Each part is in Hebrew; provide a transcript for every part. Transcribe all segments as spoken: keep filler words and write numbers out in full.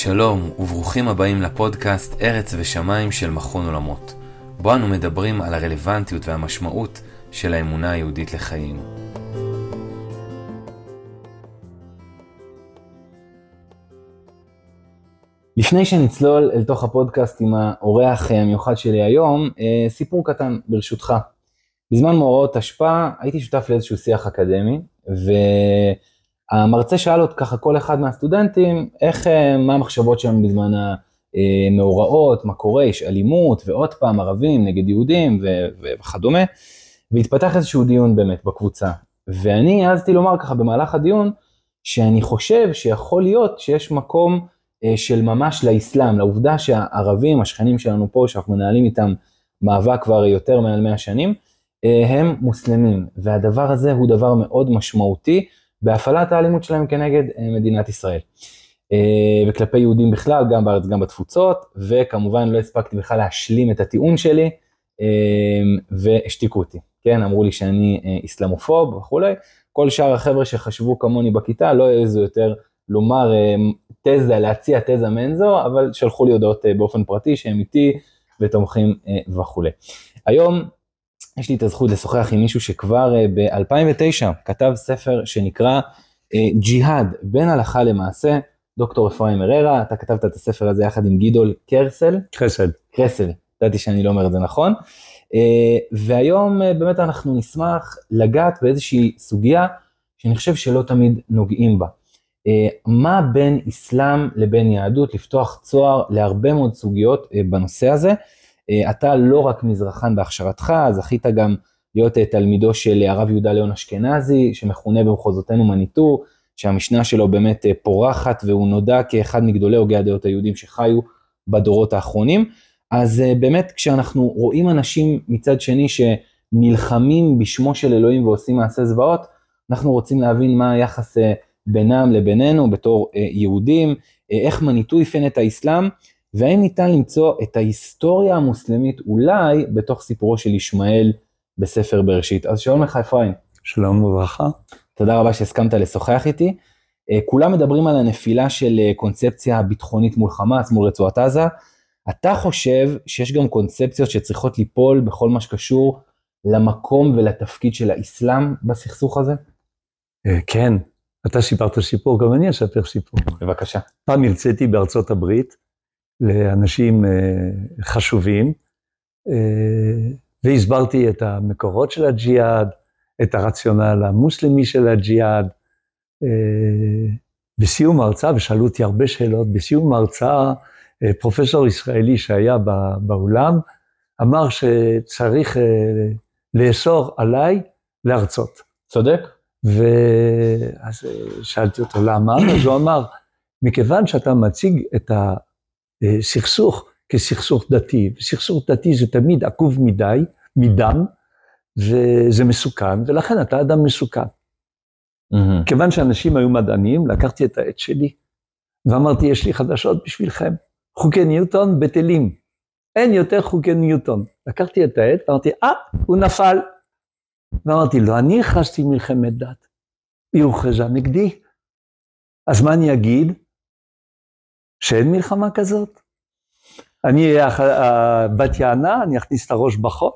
שלום וברוכים הבאים לפודקאסט ארץ ושמיים של מכון עולמות, בו אנו מדברים על הרלוונטיות והמשמעות של האמונה היהודית לחיינו. לפני שנצלול אל תוך הפודקאסט עם האורח המיוחד שלי היום, סיפור קטן ברשותך. בזמן מאורעות תשפ"א הייתי שותף לאיזשהו שיח אקדמי, והמרצה שאל עוד ככה כל אחד מהסטודנטים, איך, מה המחשבות שלנו בזמן המאורעות, מה קורה, יש אלימות, ועוד פעם ערבים נגד יהודים וכדומה, והתפתח איזשהו דיון באמת בקבוצה. ואני העזתי לומר ככה במהלך הדיון, שאני חושב שיכול להיות שיש מקום של ממש לאסלאם, לעובדה שהערבים, השכנים שלנו פה, שאנחנו מנהלים איתם מאבק כבר יותר מעל מאה שנים, הם מוסלמים, והדבר הזה הוא דבר מאוד משמעותי, בהפעלת האלימות שלהם כנגד מדינת ישראל. וכלפי יהודים בכלל, גם בארץ, גם בתפוצות, וכמובן לא הספקתי בכלל להשלים את הטיעון שלי, והשתיקו אותי, כן, אמרו לי שאני איסלאמופוב וכולי, כל שאר החבר'ה שחשבו כמוני בכיתה, לא העזו יותר לומר תזה, להציע תזה מנזו, אבל שלחו לי הודעות באופן פרטי שהם איתי ותומכים וכולי. היום יש לי את הזכות לשוחח עם מישהו שכבר ב-אלפיים ותשע כתב ספר שנקרא ג'יהאד בין הלכה למעשה, דוקטור אפרים הררה, אתה כתבת את הספר הזה יחד עם גידול קרסל. קרסל. קרסל, ידעתי שאני לא אומר את זה נכון. והיום באמת אנחנו נשמח לגעת באיזושהי סוגיה שאני חושב שלא תמיד נוגעים בה. מה בין אסלאם לבין יהדות, לפתוח צוהר להרבה מאוד סוגיות בנושא הזה. אתה לא רק מזרחן בהכשרתך, זכית גם להיות תלמידו של הרב יהודה ליאון אשכנזי, שמכונה במחוזותינו מניטו, שהמשנה שלו באמת פורחת, והוא נודע כאחד מגדולי הוגי הדעות היהודים שחיו בדורות האחרונים. אז באמת כשאנחנו רואים אנשים מצד שני שנלחמים בשמו של אלוהים ועושים מעשה זוועות, אנחנו רוצים להבין מה היחס בינם לבינינו בתור יהודים, איך מניטו יפן את האסלאם, והאם ניתן למצוא את ההיסטוריה המוסלמית אולי בתוך סיפורו של ישמעאל בספר בראשית. אז שלום לך אפרים. שלום וברכה. תודה רבה שהסכמת לשוחח איתי. כולם מדברים על הנפילה של קונספציה ביטחונית מול חמאס, מול רצועת עזה. אתה חושב שיש גם קונספציות שצריכות ליפול בכל מה שקשור למקום ולתפקיד של האסלאם בסכסוך הזה? כן, אתה סיפרת סיפור, גם אני אספר סיפור. בבקשה. פעם הרציתי בארצות הברית, לאנשים חשובים, והסברתי את המקורות של הג'יהאד, את הרציונל המוסלמי של הג'יהאד. בסיום ההרצאה, ושאלו אותי הרבה שאלות, בסיום ההרצאה, פרופסור ישראלי שהיה באולם, אמר שצריך לאסור עליי להרצות. צודק. ואז שאלתי אותו למה, אז הוא אמר, מכיוון שאתה מציג את ה... סכסוך כסכסוך דתי, וסכסוך דתי זה תמיד עקוב מדי, מדם, וזה מסוכן, ולכן אתה אדם מסוכן. Mm-hmm. כיוון שאנשים היו מדענים, לקחתי את העט שלי, ואמרתי, יש לי חדשות בשבילכם, חוקי ניוטון בטלים, אין יותר חוקי ניוטון. לקחתי את העט, ואמרתי, אה, הוא נפל. ואמרתי, לא, אני הכרזתי מלחמת דת, היא הוכרזה נגדי. אז מה אני אגיד? שאין מלחמה כזאת. אני בת יענה, אני אכניס את הראש בחול,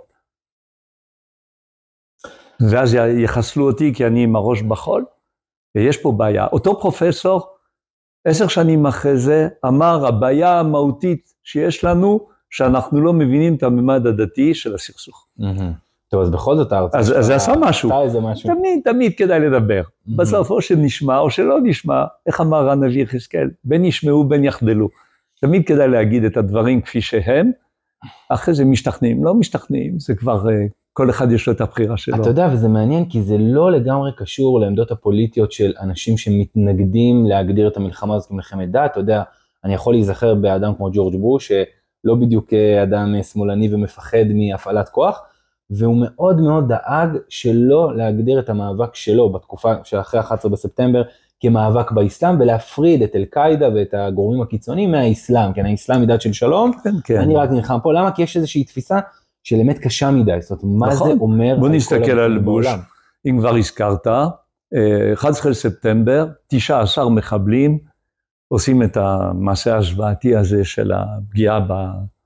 ואז יחסלו אותי כי אני עם הראש בחול, ויש פה בעיה. אותו פרופסור, עשר שנים אחרי זה, אמר, הבעיה המהותית שיש לנו, שאנחנו לא מבינים את הממד הדתי של הסכסוך. טוב, אז בכל זאת ההרצאה. אז זה עשה משהו. משהו. תמיד, תמיד כדאי לדבר. בסוף או שנשמע או שלא נשמע, איך אמר הנביא יחזקאל, בין ישמעו בין יחדלו. תמיד כדאי להגיד את הדברים כפי שהם, אחרי זה משתכנעים, לא משתכנעים, זה כבר, כל אחד יש לו את הבחירה שלו. אתה יודע, וזה מעניין, כי זה לא לגמרי קשור לעמדות הפוליטיות של אנשים שמתנגדים להגדיר את המלחמה הזאת כמלחמת דת. אתה יודע, אני יכול להיזכר באדם כמו ג'ורג' בוש, שלא בדיוק אדם שמאלני ומפחד מהפעלת כוח, והוא מאוד מאוד דאג שלא להגדיר את המאבק שלו בתקופה שאחרי אחת עשרה בספטמבר כמאבק באסלאם, ולהפריד את אל-קאידה ואת הגורמים הקיצוניים מהאסלאם, כן, האסלאם היא דת של שלום, כן, כן. אני רק נלחם פה, למה? כי יש איזושהי תפיסה של אמת קשה מדי, זאת אומרת, מה נכון. זה אומר? בוא נסתכל על בוש, אם כבר הזכרת, אחד עשר בספטמבר, תשעה עשר מחבלים, עושים את המעשה ההשוואתי הזה של הפגיעה ב,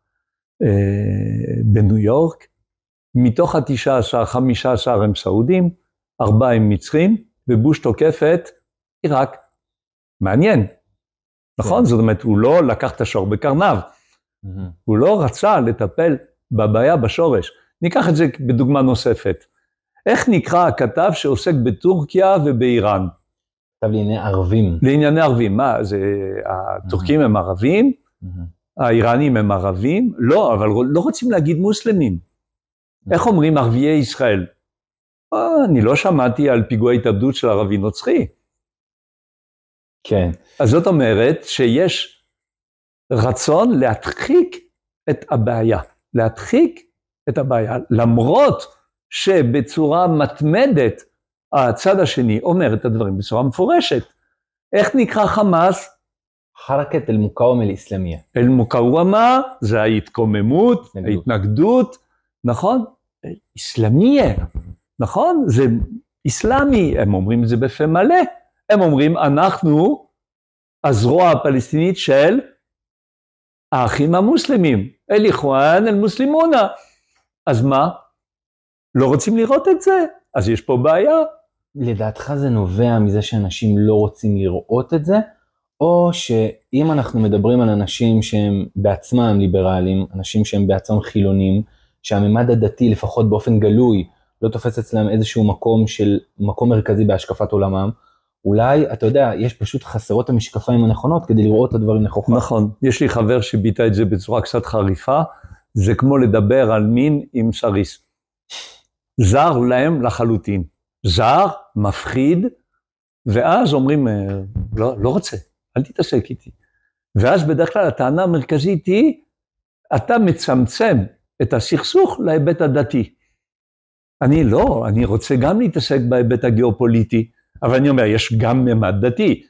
אה, בניו יורק. מתוך ה-תשעה עשר, חמישה עשר הם סעודים, ארבעה הם מצרים, ובוש תוקף את עיראק. מעניין, נכון? זאת אומרת, הוא לא לקח את השור בקרניו, הוא לא רצה לטפל בבעיה בשורש. ניקח את זה בדוגמה נוספת. איך נקרא הכתב שעוסק בטורקיה ובאיראן? כתב לענייני ערבים. לענייני ערבים, מה? זה, הטורקים הם ערבים, האיראנים הם ערבים, לא, אבל לא רוצים להגיד מוסלמים. איך אומרים ערביי ישראל? אני לא שמעתי על פיגועי התאבדות של ערבי נוצרי. כן. אז זאת אומרת שיש רצון להדחיק את הבעיה, להדחיק את הבעיה, למרות שבצורה מתמדת הצד השני אומר את הדברים בצורה מפורשת. איך נקרא חמאס? חרקת אל-מוקאומה אל-אסלאמיה. אל-מוקאומה זה ההתקוממות, ההתנגדות, נכון? אסלאמיה, נכון? זה אסלאמי, הם אומרים את זה בפה מלא. הם אומרים, אנחנו הזרוע הפלסטינית של האחים המוסלמים, אל-איחואן אל-מוסלימונה. אז מה? לא רוצים לראות את זה? אז יש פה בעיה. לדעתך זה נובע מזה שאנשים לא רוצים לראות את זה, או שאם אנחנו מדברים על אנשים שהם בעצמם ליברליים, אנשים שהם בעצמם חילונים, שהממד הדתי לפחות באופן גלוי לא תופס אצלם איזשהו מקום של מקום מרכזי בהשקפת עולמם, אולי, אתה יודע, יש פשוט חסרות המשקפיים הנכונות כדי לראות את הדברים נכוחה. נכון, יש לי חבר שביטא את זה בצורה קצת חריפה, זה כמו לדבר על מין עם סריס. זר להם לחלוטין, זר, מפחיד, ואז אומרים, לא, לא רוצה, אל תתעסק איתי. ואז בדרך כלל הטענה המרכזית היא, אתה מצמצם את הסכסוך להיבט הדתי. אני לא, אני רוצה גם להתעסק בהיבט הגיאופוליטי, אבל אני אומר, יש גם ממד דתי.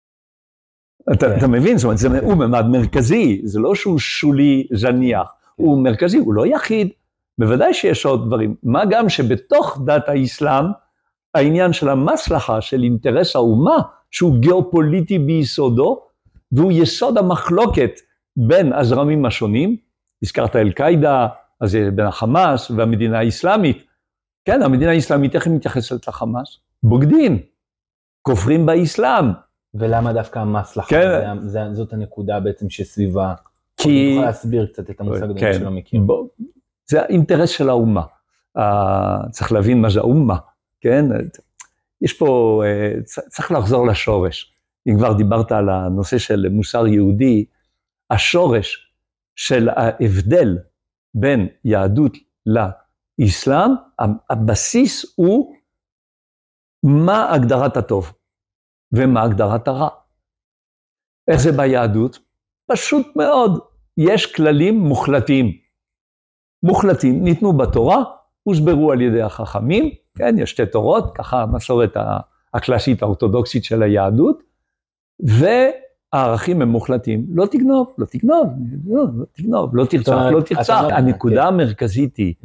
אתה, אתה מבין? זאת אומרת, זה, הוא ממד מרכזי, זה לא שהוא שולי זניח, הוא מרכזי, הוא לא יחיד, בוודאי שיש עוד דברים. מה גם שבתוך דת האסלאם, העניין של המסלחה, של אינטרס האומה, שהוא גיאופוליטי ביסודו, והוא יסוד המחלוקת בין הזרמים השונים, הזכרת אל-קאידה, אז בין החמאס והמדינה האסלאמית. כן, המדינה האסלאמית, איך היא מתייחסת לחמאס? בוגדים, כופרים באסלאם. ולמה דווקא המסלחה? כן. זה, זה, זאת הנקודה בעצם שסביבה. כי... אני יכול להסביר קצת את המושג הזה כן. שלא מכיר. בוא, זה האינטרס של האומה. Uh, צריך להבין מה זה האומה, כן? יש פה, uh, צריך לחזור לשורש. אם כבר דיברת על הנושא של מוסר יהודי, השורש של ההבדל בין יהדות לאסלאם, הבסיס הוא מה הגדרת הטוב ומה הגדרת הרע. איך זה ביהדות? פשוט מאוד, יש כללים מוחלטים. מוחלטים ניתנו בתורה, הוסברו על ידי החכמים, כן, יש שתי תורות, ככה המסורת הקלאסית האורתודוקסית של היהדות, והערכים הם מוחלטים, לא תגנוב, לא תגנוב, לא, לא תגנוב, לא תרצח, לא תרצח. הנקודה המרכזית היא,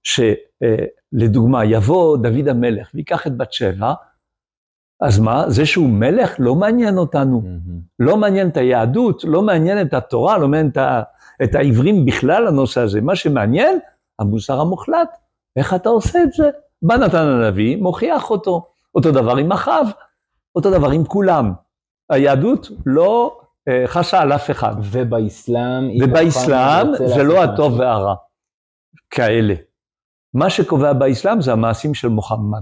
שלדוגמה, יבוא דוד המלך ויקח את בת שבע, אז מה? זה שהוא מלך לא מעניין אותנו, לא מעניין את היהדות, לא מעניין את התורה, לא מעניין את העברים בכלל הנושא הזה. מה שמעניין, המוסר המוחלט, איך אתה עושה את זה? בא נתן הנביא, מוכיח אותו. אותו דבר עם אחאב, אותו דבר עם כולם. היהדות לא אה, חסה על אף אחד. ובאסלאם, ובאסלאם זה לא הטוב והרע. כאלה. מה שקובע באסלאם זה המעשים של מוחמד.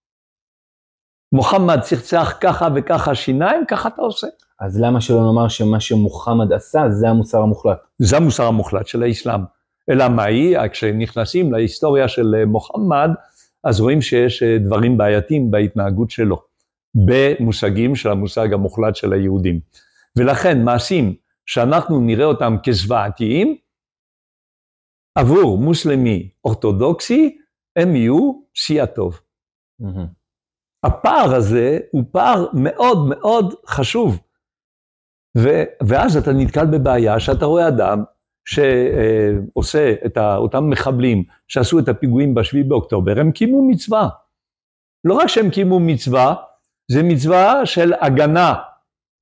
מוחמד צרצח ככה וככה שיניים, ככה אתה עושה. אז למה שלא נאמר שמה שמוחמד עשה, זה המוסר המוחלט? זה המוסר המוחלט של האסלאם. אלא מה היא, כשנכנסים להיסטוריה של מוחמד, אז רואים שיש דברים בעייתיים בהתנהגות שלו, במושגים של המושג המוחלט של היהודים. ולכן מעשים שאנחנו נראה אותם כזוועתיים, עבור מוסלמי אורתודוקסי, הם יהיו שיא הטוב. Mm-hmm. הפער הזה הוא פער מאוד מאוד חשוב. ו- ואז אתה נתקל בבעיה שאתה רואה אדם שעושה את אותם מחבלים שעשו את הפיגועים בשביעי באוקטובר, הם קיימו מצווה. לא רק שהם קיימו מצווה, זה מצווה של הגנה.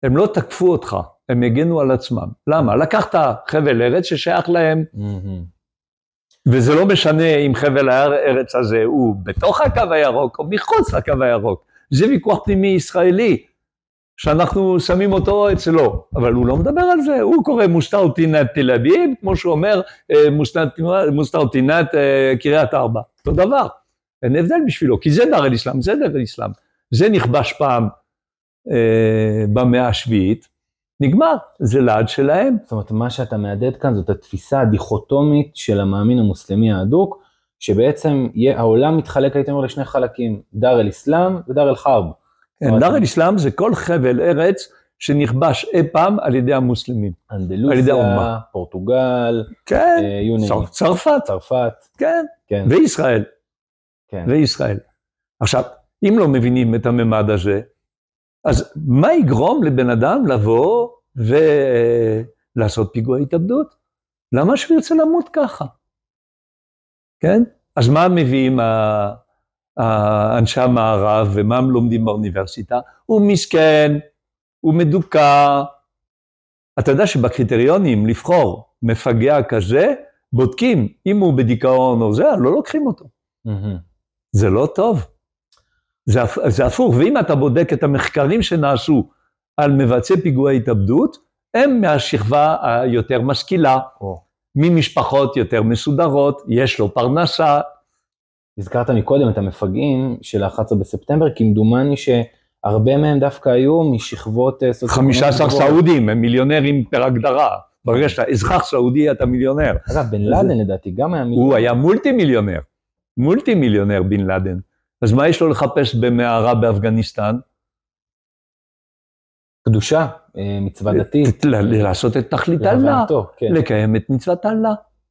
הם לא תקפו אותך, הם הגנו על עצמם. למה? לקחת חבל ארץ ששייך להם, וזה לא משנה אם חבל הארץ הזה הוא בתוך הקו הירוק או מחוץ לקו הירוק. זה ויכוח פנימי ישראלי, שאנחנו שמים אותו אצלו, אבל הוא לא מדבר על זה, הוא קורא מוסטאוטינט תל אביב, כמו שהוא אומר, מוסטאוטינט קריית ארבע, אותו דבר. אין הבדל בשבילו, כי זה דר אל אסלאם, זה דר אל אסלאם. זה נכבש פעם אה, במאה השביעית, נגמר, זה לעד שלהם. זאת אומרת, מה שאתה מעדד כאן זאת התפיסה הדיכוטומית של המאמין המוסלמי האדוק, שבעצם יהיה, העולם מתחלק, הייתי אומר, לשני חלקים, דר אל אסלאם ודר אל חרב. כן, דר אל אסלאם זה כל חבל ארץ שנכבש אי פעם על ידי המוסלמים. אנדלוסיה, פורטוגל, כן, יוני, צרפת, צרפת, כן, כן. וישראל, כן. וישראל. עכשיו, אם לא מבינים את הממד הזה, אז מה יגרום לבן אדם לבוא ולעשות פיגוע התאבדות? למה שהוא ירצה למות ככה? כן? אז מה מביאים אנשי המערב ומה הם לומדים באוניברסיטה? הוא מסכן, הוא מדוכא. אתה יודע שבקריטריונים לבחור מפגע כזה, בודקים אם הוא בדיכאון או זה, לא לוקחים אותו. זה לא טוב. זה, זה הפוך, ואם אתה בודק את המחקרים שנעשו על מבצעי פיגועי התאבדות, הם מהשכבה היותר משכילה, או. ממשפחות יותר מסודרות, יש לו פרנסה. הזכרת מקודם את המפגעים של ה-אחד עשר בספטמבר, כי מדומני שהרבה מהם דווקא היו משכבות חמישה עשר סעודים, הם מיליונרים פר הגדרה. ברגע שאתה אזרח סעודי אתה מיליונר. אגב, בן לאדן לדעתי גם היה מיליונר. הוא היה מולטי מיליונר, מולטי מיליונר בן לאדן. אז מה יש לו לחפש במערה באפגניסטן? קדושה, מצווה דתית. לעשות את תכלית אללה, לקיים את מצוות אללה.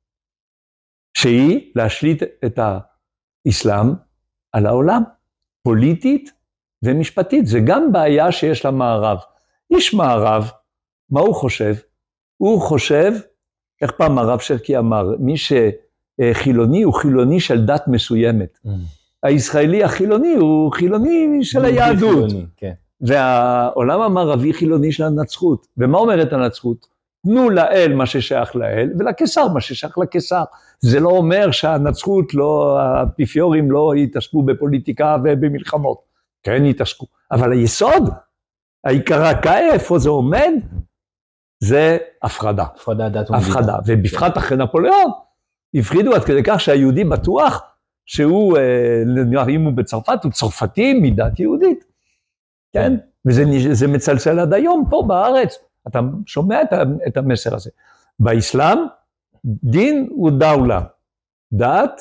שהיא להשליט את האסלאם על העולם, פוליטית ומשפטית. זה גם בעיה שיש למערב. איש מערב, מה הוא חושב? הוא חושב, איך פעם הרב שרקי אמר, מי שחילוני הוא חילוני של דת מסוימת. הישראלי החילוני הוא חילוני של היהדות. חילוני, כן. והעולם המערבי חילוני של הנצחות. ומה אומרת הנצחות? תנו לאל מה ששייך לאל, ולקיסר מה ששייך לקיסר. זה לא אומר שהנצחות, לא, האפיפיורים לא יתעסקו בפוליטיקה ובמלחמות. כן, יתעסקו. אבל היסוד, העיקרקאי, איפה זה עומד? זה הפרדה. הפרדה דת ומדינה. הפרדה. ובפרט אחרי נפוליאון, הפרידו עד כדי כך שהיהודי בטוח, שהוא, אם הוא בצרפת, הוא צרפתי מדת יהודית. כן? וזה מצלצל עד היום פה בארץ. אתה שומע את המסר הזה. באסלאם, דין הוא דאולה. דת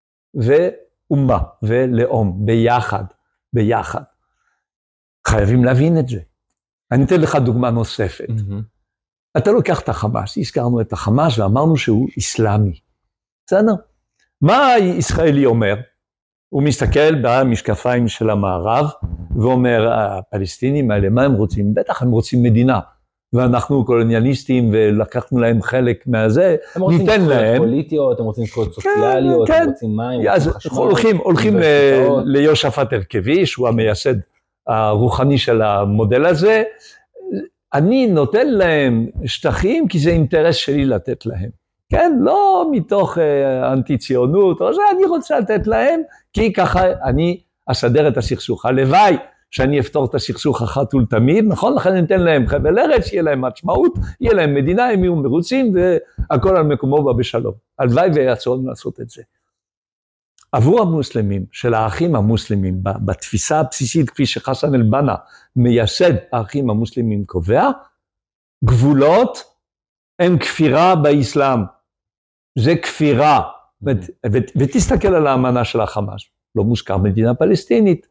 ואומה ולאום, ביחד, ביחד. חייבים להבין את זה. אני אתן לך דוגמה נוספת. אתה לוקח את החמאס, הזכרנו את החמאס ואמרנו שהוא אסלאמי. בסדר? מה הישראלי אומר? הוא מסתכל במשקפיים של המערב, ואומר, הפלסטינים האלה, מה הם רוצים? בטח הם רוצים מדינה, ואנחנו קולוניאליסטים, ולקחנו להם חלק מהזה, ניתן להם. הם רוצים זכויות פוליטיות, הם רוצים זכויות סוציאליות, כן, הם רוצים מים, הם רוצים חשמל. הולכים, הולכים ליושפט הרכבי, שהוא המייסד הרוחני של המודל הזה, אני נותן להם שטחים, כי זה אינטרס שלי לתת להם. כן, לא מתוך אה, אנטי-ציונות, או זה אני רוצה לתת להם, כי ככה אני אסדר את הסכסוך. הלוואי שאני אפתור את הסכסוך אחת ולתמיד, נכון? לכן אני אתן להם חבל ארץ, יהיה להם עצמאות, יהיה להם מדינה, הם יהיו מרוצים, והכל על מקומו ובשלום. הלוואי ויעצור לעשות את זה. עבור המוסלמים, של האחים המוסלמים, בתפיסה הבסיסית, כפי שחסן אל-בנה מייסד האחים המוסלמים קובע, גבולות הם כפירה באסלאם. זה כפירה. ותסתכל על האמנה של החמאס. לא מוזכר מדינה פלסטינית.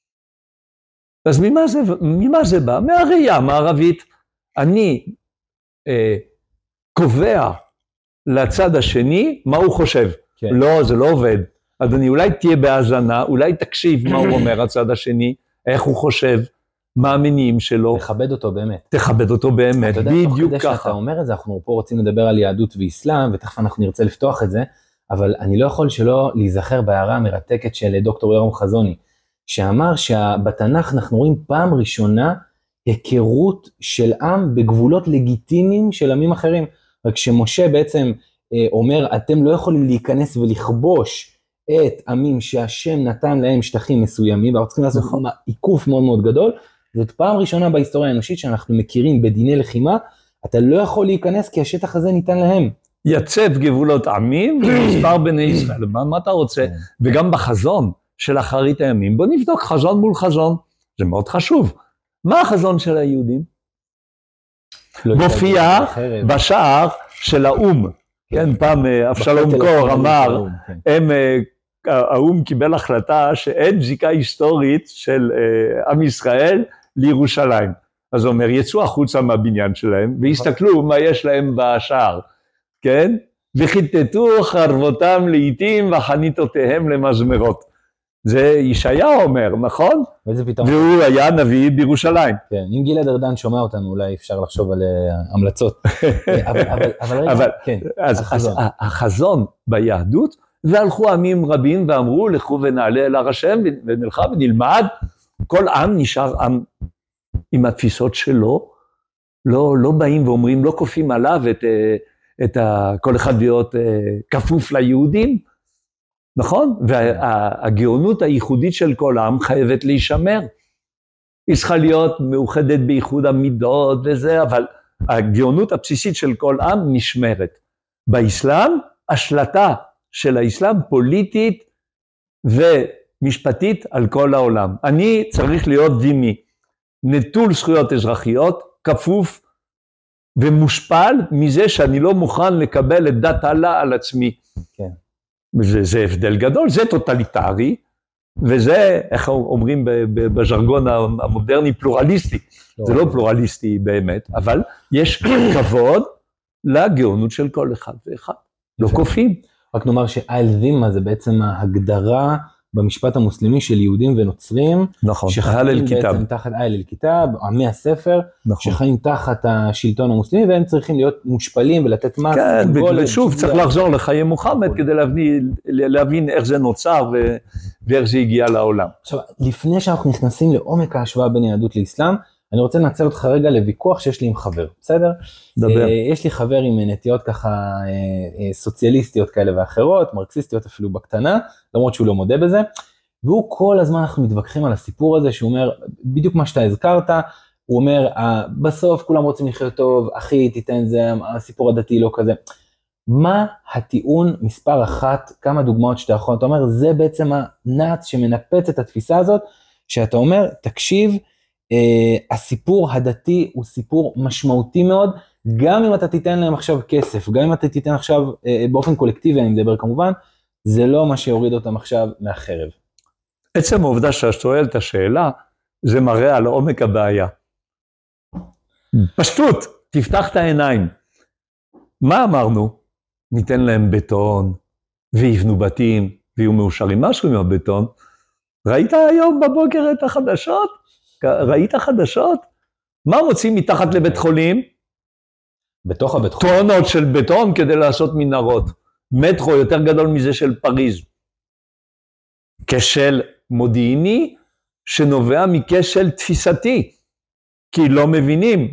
אז ממה זה, ממה זה בא? מהראייה המערבית. אני אה, קובע לצד השני מה הוא חושב. כן. לא, זה לא עובד. אדוני, אולי תהיה בהאזנה, אולי תקשיב מה הוא אומר הצד השני, איך הוא חושב, מה המניעים שלו. תכבד אותו באמת. תכבד אותו באמת, בדיוק ככה. שאתה אומר את זה, אנחנו פה רוצים לדבר על יהדות ואסלאם, ותכף אנחנו נרצה לפתוח את זה, אבל אני לא יכול שלא להיזכר בהערה המרתקת של דוקטור יורם חזוני, שאמר שבתנ"ך אנחנו רואים פעם ראשונה היכרות של עם בגבולות לגיטימיים של עמים אחרים. רק שמשה בעצם אה, אומר, אתם לא יכולים להיכנס ולכבוש את עמים שהשם נתן להם שטחים מסוימים, ואנחנו צריכים לעשות נכון. עיקוף מאוד מאוד גדול. זאת פעם ראשונה בהיסטוריה האנושית שאנחנו מכירים בדיני לחימה, אתה לא יכול להיכנס כי השטח הזה ניתן להם. יצב גבולות עמים ומספר בני ישראל, מה, מה אתה רוצה? וגם בחזון של אחרית הימים, בוא נבדוק חזון מול חזון, זה מאוד חשוב. מה החזון של היהודים? מופיע בשער של האום, כן, פעם אבשלום קור אמר, הם, האום קיבל החלטה שאין זיקה היסטורית של עם ישראל לירושלים. אז הוא אומר, יצאו החוצה מהבניין שלהם, והסתכלו מה יש להם בשער, כן? וחיטטו חרבותם לעיתים וחניתותיהם למזמרות. זה ישעיהו אומר, נכון? והוא היה נביא בירושלים. כן, אם גלעד ארדן שומע אותנו, אולי אפשר לחשוב על המלצות. אבל החזון ביהדות, והלכו עמים רבים ואמרו, לכו ונעלה אל הר השם, ונלכה ונלמד, כל עם נשאר עם עם התפיסות שלו, לא, לא באים ואומרים, לא כופים עליו את, את ה, כל אחד להיות כפוף ליהודים, נכון? והגאונות הייחודית של כל עם חייבת להישמר. היא צריכה להיות מאוחדת בייחוד המידות וזה, אבל הגאונות הבסיסית של כל עם נשמרת. באסלאם, השלטה של האסלאם פוליטית ומשפטית על כל העולם. אני צריך להיות דימי. נטול זכויות אזרחיות, כפוף ומושפל מזה שאני לא מוכן לקבל את דת אללה על עצמי. כן. וזה, זה הבדל גדול, זה טוטליטרי, וזה, איך אומרים בז'רגון המודרני, פלורליסטי. לא זה לא פלורליסטי באמת, אבל יש כבוד לגאונות של כל אחד ואחד. לא כופים. רק נאמר שאל זימה זה בעצם ההגדרה במשפט המוסלמי של יהודים ונוצרים, נכון, שחיים בעצם תחת אהל אל-כיתאב, עמי הספר, נכון. שחיים תחת השלטון המוסלמי, והם צריכים להיות מושפלים ולתת מס. כן, ושוב צריך לחזור לחיי מוחמד, כדי להבין, להבין איך זה נוצר ו... ואיך זה הגיע לעולם. עכשיו, לפני שאנחנו נכנסים לעומק ההשוואה בין יהדות לאסלאם, אני רוצה לנצל אותך רגע לוויכוח שיש לי עם חבר, בסדר? דבר. יש לי חבר עם נטיות ככה סוציאליסטיות כאלה ואחרות, מרקסיסטיות אפילו בקטנה, למרות שהוא לא מודה בזה, והוא כל הזמן אנחנו מתווכחים על הסיפור הזה, שהוא אומר, בדיוק מה שאתה הזכרת, הוא אומר, בסוף כולם רוצים לחיות טוב, אחי תיתן זה, הסיפור הדתי לא כזה. מה הטיעון מספר אחת, כמה דוגמאות שאתה יכול, אתה אומר, זה בעצם הנאץ שמנפץ את התפיסה הזאת, שאתה אומר, תקשיב, Uh, הסיפור הדתי הוא סיפור משמעותי מאוד, גם אם אתה תיתן להם עכשיו כסף, גם אם אתה תיתן עכשיו uh, באופן קולקטיבי, אני מדבר כמובן, זה לא מה שיוריד אותם עכשיו מהחרב. עצם העובדה שאתה שואל את השאלה, זה מראה על עומק הבעיה. פשטות, תפתח את העיניים. מה אמרנו? ניתן להם בטון, ויבנו בתים, ויהיו מאושרים. משהו עם הבטון. ראית היום בבוקר את החדשות? ראית חדשות? מה מוצאים מתחת לבית חולים? בתוך הבית חולים. טונות של בטון כדי לעשות מנהרות. מטרו יותר גדול מזה של פריז. כשל מודיעיני שנובע מכשל תפיסתי. כי לא מבינים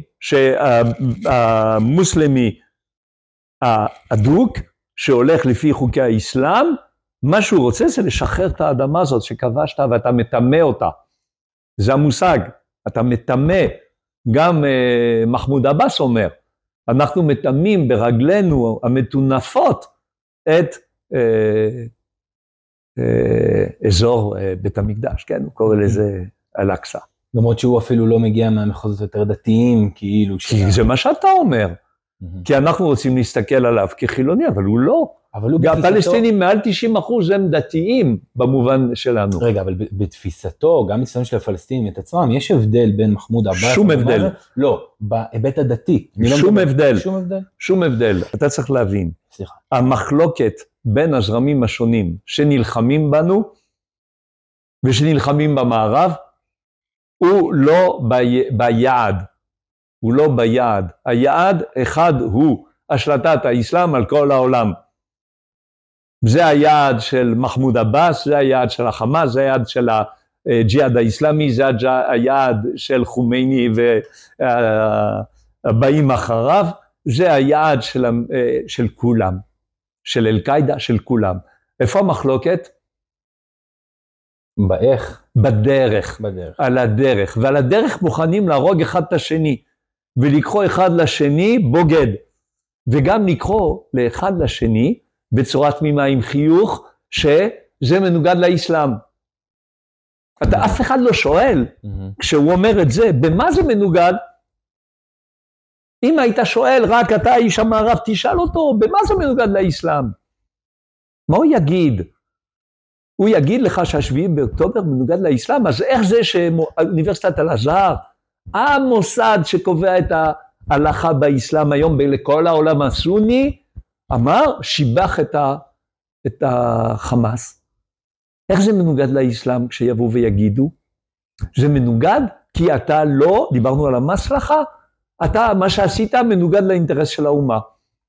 שהמוסלמי הדוק שהולך לפי חוקי האסלאם, מה שהוא רוצה זה לשחרר את האדמה הזאת שכבשת ואתה מטמא אותה. זה המושג, אתה מטמא, גם אה, מחמוד עבאס אומר, אנחנו מטמאים ברגלינו המטונפות את אה, אה, אזור אה, בית המקדש, כן, הוא קורא לזה אל-אקצא. למרות שהוא אפילו לא מגיע מהמחוזות יותר דתיים, כאילו... כי שלה... זה מה שאתה אומר, mm-hmm. כי אנחנו רוצים להסתכל עליו כחילוני, אבל הוא לא. גם הפלסטינים מעל תשעים אחוז הם דתיים במובן שלנו. רגע, אבל בתפיסתו, גם מסוים של הפלסטינים את עצמם, יש הבדל בין מחמוד עבאס... שום הבדל. לא, בהיבט הדתי. שום הבדל. שום הבדל? שום הבדל. אתה צריך להבין. סליחה. המחלוקת בין הזרמים השונים שנלחמים בנו, ושנלחמים במערב, הוא לא ביעד. הוא לא ביעד. היעד אחד הוא השלטת האסלאם על כל העולם. זה היעד של מחמוד עבאס, זה היעד של החמאס, זה היעד של הג'יהאד האסלאמי, זה היעד של חומייני והבאים אחריו, זה היעד של, של כולם, של אל-קאידה, של כולם. איפה המחלוקת? באיך? בדרך, בדרך. על הדרך, ועל הדרך מוכנים להרוג אחד את השני, ולקרוא אחד לשני בוגד, וגם לקרוא לאחד לשני בצורה תמימה עם חיוך, שזה מנוגד לאסלאם. אתה אף אחד לא שואל, כשהוא אומר את זה, במה זה מנוגד? אם היית שואל רק אתה איש המערב, תשאל אותו, במה זה מנוגד לאסלאם? מה הוא יגיד? הוא יגיד לך שהשביעי באוקטובר מנוגד לאסלאם, אז איך זה שאוניברסיטת אל-אזהר, המוסד שקובע את ההלכה באסלאם היום לכל העולם הסוני, אמר, שיבח את, ה, את החמאס. איך זה מנוגד לאסלאם כשיבואו ויגידו? זה מנוגד כי אתה לא, דיברנו על המסלחה, אתה, מה שעשית מנוגד לאינטרס של האומה.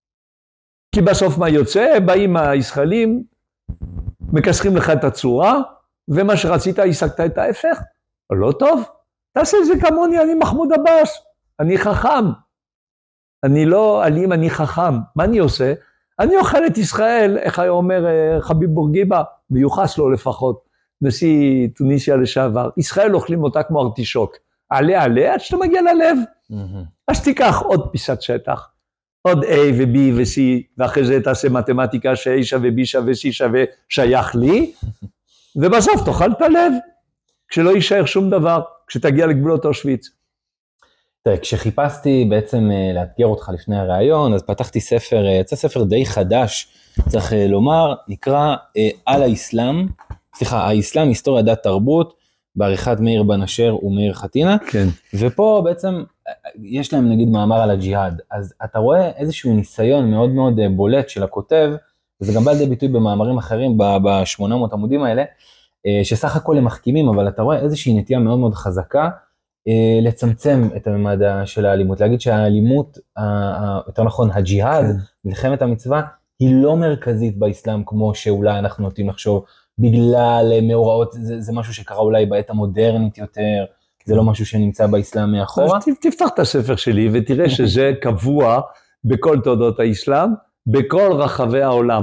כי בסוף מה יוצא? באים הישראלים, מקשרים לך את הצורה, ומה שרצית, השגת את ההפך. לא טוב, תעשה את זה כמוני, אני מחמוד עבאס, אני חכם. אני לא אלים, אני חכם. מה אני עושה? אני אוכל את ישראל, איך היה אומר חביב בורגיבה, מיוחס לו לפחות, נשיא טוניסיה לשעבר. ישראל אוכלים אותה כמו ארטישוק. עלה עלה עד שאתה מגיע ללב. אז תיקח עוד פיסת שטח. עוד A ו-B ו-C, ואחרי זה תעשה מתמטיקה ש-A שווה B שווה C שווה שייך לי, ובסוף תאכל את הלב, כשלא יישאר שום דבר, כשתגיע לגבולות אושוויץ. תראה, כשחיפשתי בעצם לאתגר אותך לפני הרעיון, אז פתחתי ספר, יצא ספר די חדש, צריך לומר, נקרא על האסלאם, סליחה, האסלאם, היסטוריה, דת, תרבות, בעריכת מאיר בן אשר ומאיר חתינה, כן. ופה בעצם יש להם נגיד מאמר על הג'יהאד, אז אתה רואה איזשהו ניסיון מאוד מאוד בולט של הכותב, וזה גם בא לידי ביטוי במאמרים אחרים ב-שמונה מאות עמודים האלה, שסך הכל הם מחכימים, אבל אתה רואה איזושהי נטייה מאוד מאוד חזקה, לצמצם את הממד של האלימות, להגיד שהאלימות, יותר נכון הג'יהאד, מלחמת המצווה, היא לא מרכזית באסלאם כמו שאולי אנחנו נוטים לחשוב, בגלל מאורעות, זה, זה משהו שקרה אולי בעת המודרנית יותר, זה לא משהו שנמצא באסלאם מאחורה. אז תפתח את הספר שלי ותראה שזה קבוע בכל תולדות האסלאם, בכל רחבי העולם.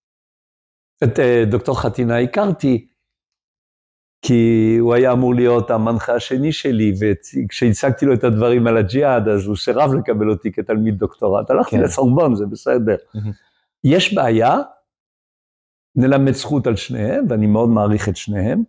את דוקטור חתינה הכרתי, כי הוא היה אמור להיות המנחה השני שלי, וכשהצגתי לו את הדברים על הג'יהאד, אז הוא סירב לקבל אותי כתלמיד דוקטורט. הלכתי לסורבון, זה בסדר. יש בעיה, נלמד זכות על שניהם, ואני מאוד מעריך את שניהם,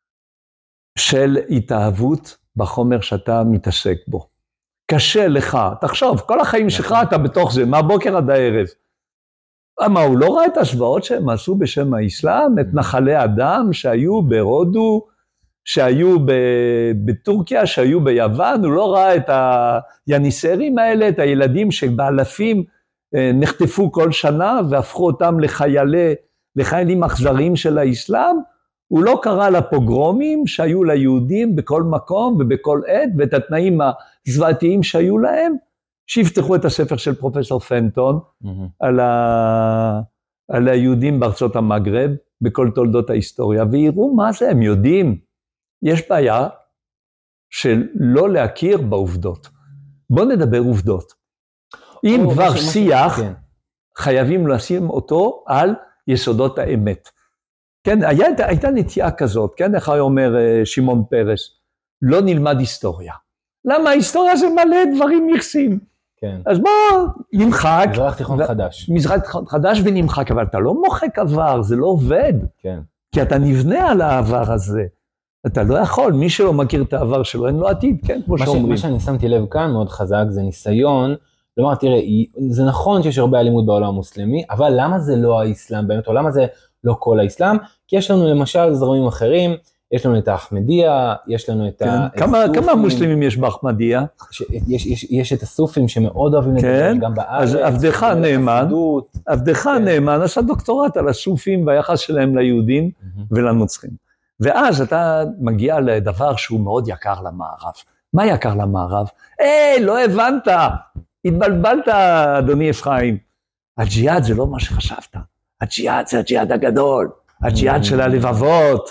של התאהבות בחומר שאתה מתעסק בו. קשה לך, תחשוב, כל החיים שלך אתה בתוך זה, מהבוקר עד הערב. מה, הוא לא ראה את השוואות שהם עשו בשם האסלאם, את נחלי אדם שהיו ברודו, שהיו בטורקיה, שהיו ביוון, הוא לא ראה את היניסרים האלה, את הילדים שבאלפים נחטפו כל שנה, והפכו אותם לחיילי, לחיילים אכזריים של האסלאם, הוא לא קרא לפוגרומים שהיו ליהודים בכל מקום ובכל עת, ואת התנאים הזוועתיים שהיו להם, שיפתחו את הספר של פרופסור פנטון, mm-hmm. על, ה... על היהודים בארצות המגרב, בכל תולדות ההיסטוריה, ויראו מה זה, הם יודעים. יש בעיה של לא להכיר בעובדות. בוא נדבר עובדות. אם oh, כבר שיח, כן. חייבים לשים אותו על יסודות האמת. כן, היה, הייתה נטייה כזאת, כן, איך אומר שמעון פרס, לא נלמד היסטוריה. למה ההיסטוריה זה מלא דברים נכסים? כן. אז בוא, נמחק. מזרח תיכון ו... חדש. מזרח תיכון חדש ונמחק, אבל אתה לא מוחק עבר, זה לא עובד. כן. כי אתה נבנה על העבר הזה. אתה לא יכול, מי שלא מכיר את העבר שלו, אין לו עתיד, כן, כמו שאומרים. מה שאני שמתי לב כאן מאוד חזק, זה ניסיון, לומר, תראה, זה נכון שיש הרבה אלימות בעולם המוסלמי, אבל למה זה לא האסלאם באמת, או למה זה לא כל האסלאם? כי יש לנו למשל זרמים אחרים, יש לנו את האחמדיה, יש לנו את הסופים. כמה מוסלמים יש באחמדיה? יש את הסופים שמאוד אוהבים לדבר גם בארץ. אז עבדך נאמן, עבדך נאמן, עשה דוקטורט על הסופים והיחס שלהם ליהודים ולנוצרים. ואז אתה מגיע לדבר שהוא מאוד יקר למערב. מה יקר למערב? אה, לא הבנת, התבלבלת, אדוני אפרים. הג'יהאד זה לא מה שחשבת. הג'יהאד זה הג'יהאד הגדול, הג'יהאד של הלבבות.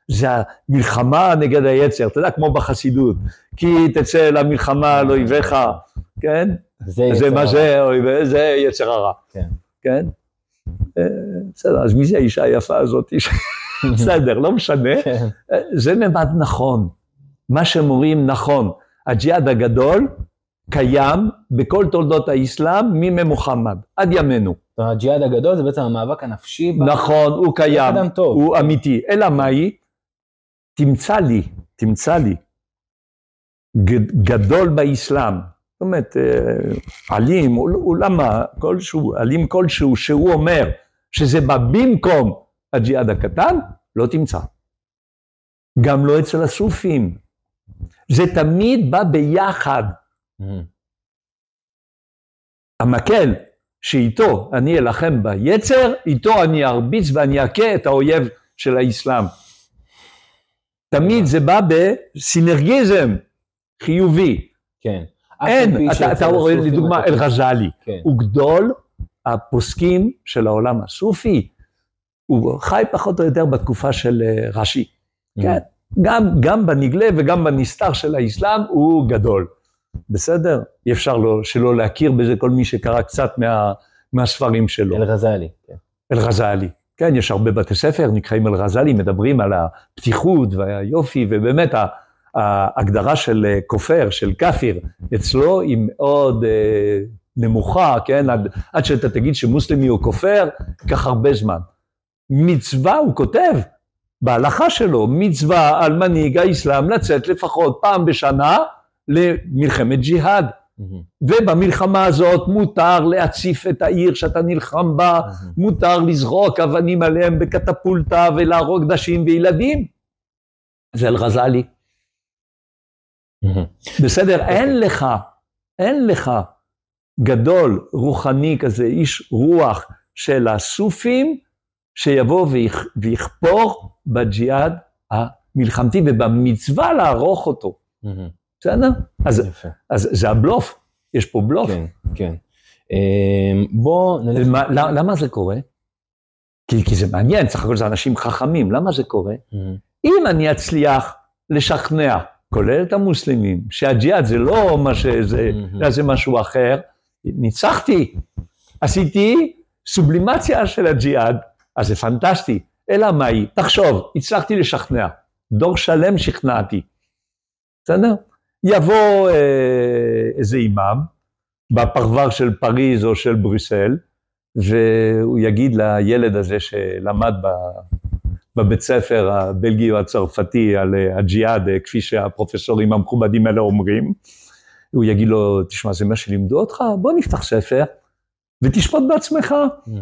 זה המלחמה נגד היצר, אתה יודע, כמו בחסידות, כי תצא למלחמה על אויביך, כן? זה, זה מה זה, אויב, זה יצר הרע, כן. כן? בסדר, אז מי זה האישה היפה הזאת? בסדר, לא משנה. כן. זה ממד נכון. מה שמורים נכון. הג'יהאד הגדול קיים בכל תולדות האסלאם ממוחמד, עד ימינו. הג'יהאד הגדול זה בעצם המאבק הנפשי. נכון, הוא קיים, הוא אמיתי. אלא מהי? תמצא לי, תמצא לי, גדול באסלאם. זאת אומרת, עלים, למה, כלשהו, עלים כלשהו, שהוא אומר שזה בא במקום הג'יהאד הקטן, לא תמצא. גם לא אצל הסופים. זה תמיד בא ביחד. Mm-hmm. המקל שאיתו אני אלחם ביצר, איתו אני ארביץ ואני אכה את האויב של האסלאם. תמיד זה בא בסינרגיזם חיובי. כן. אין, אתה, אתה רואה לדוגמה אל-ע'זאלי, כן. הוא גדול הפוסקים של העולם הסופי, הוא חי פחות או יותר בתקופה של רש"י, mm-hmm. כן? גם, גם בנגלה וגם בנסתר של האסלאם הוא גדול, בסדר? אי אפשר לו, שלא להכיר בזה כל מי שקרא קצת מה, מהספרים שלו. אל-ע'זאלי. כן. אל-ע'זאלי, כן, יש הרבה בתי ספר, נקראים אל-ע'זאלי, מדברים על הפתיחות והיופי, ובאמת ההגדרה של כופר, של כפיר, אצלו היא מאוד אה, נמוכה, כן? עד, עד שאתה תגיד שמוסלמי הוא כופר, כך הרבה זמן. מצווה הוא כותב, בהלכה שלו, מצווה על מנהיג האסלאם לצאת לפחות פעם בשנה למלחמת ג'יהאד. Mm-hmm. ובמלחמה הזאת מותר להציף את העיר שאתה נלחם בה, mm-hmm. מותר לזרוק אבנים עליהם בקטפולטה ולהרוג נשים וילדים. זה אל-ע'זאלי. Mm-hmm. בסדר, okay. אין לך, אין לך גדול רוחני כזה, איש רוח של הסופים, שיבוא ויכפור בג'יהאד המלחמתי ובמצווה לערוך אותו. בסדר? אז, אז זה הבלוף, יש פה בלוף. כן, כן. בוא נלך... למה, למה זה קורה? כי, כי זה מעניין, צריך הכל זה אנשים חכמים, למה זה קורה? אם אני אצליח לשכנע, כולל את המוסלמים, שהג'יהאד זה לא מה שזה, זה משהו אחר, ניצחתי, עשיתי סובלימציה של הג'יהאד, אז זה פנטסטי, אלא מהי? תחשוב, הצלחתי לשכנע, דור שלם שכנעתי, בסדר? יבוא אה, איזה אימאם, בפרבר של פריז או של בריסל, והוא יגיד לילד הזה שלמד בבית ספר הבלגי או הצרפתי על הג'יהאד, כפי שהפרופסורים המכובדים האלה אומרים, הוא יגיד לו, תשמע, זה מה שלימדו אותך? בוא נפתח ספר ותשפוט בעצמך.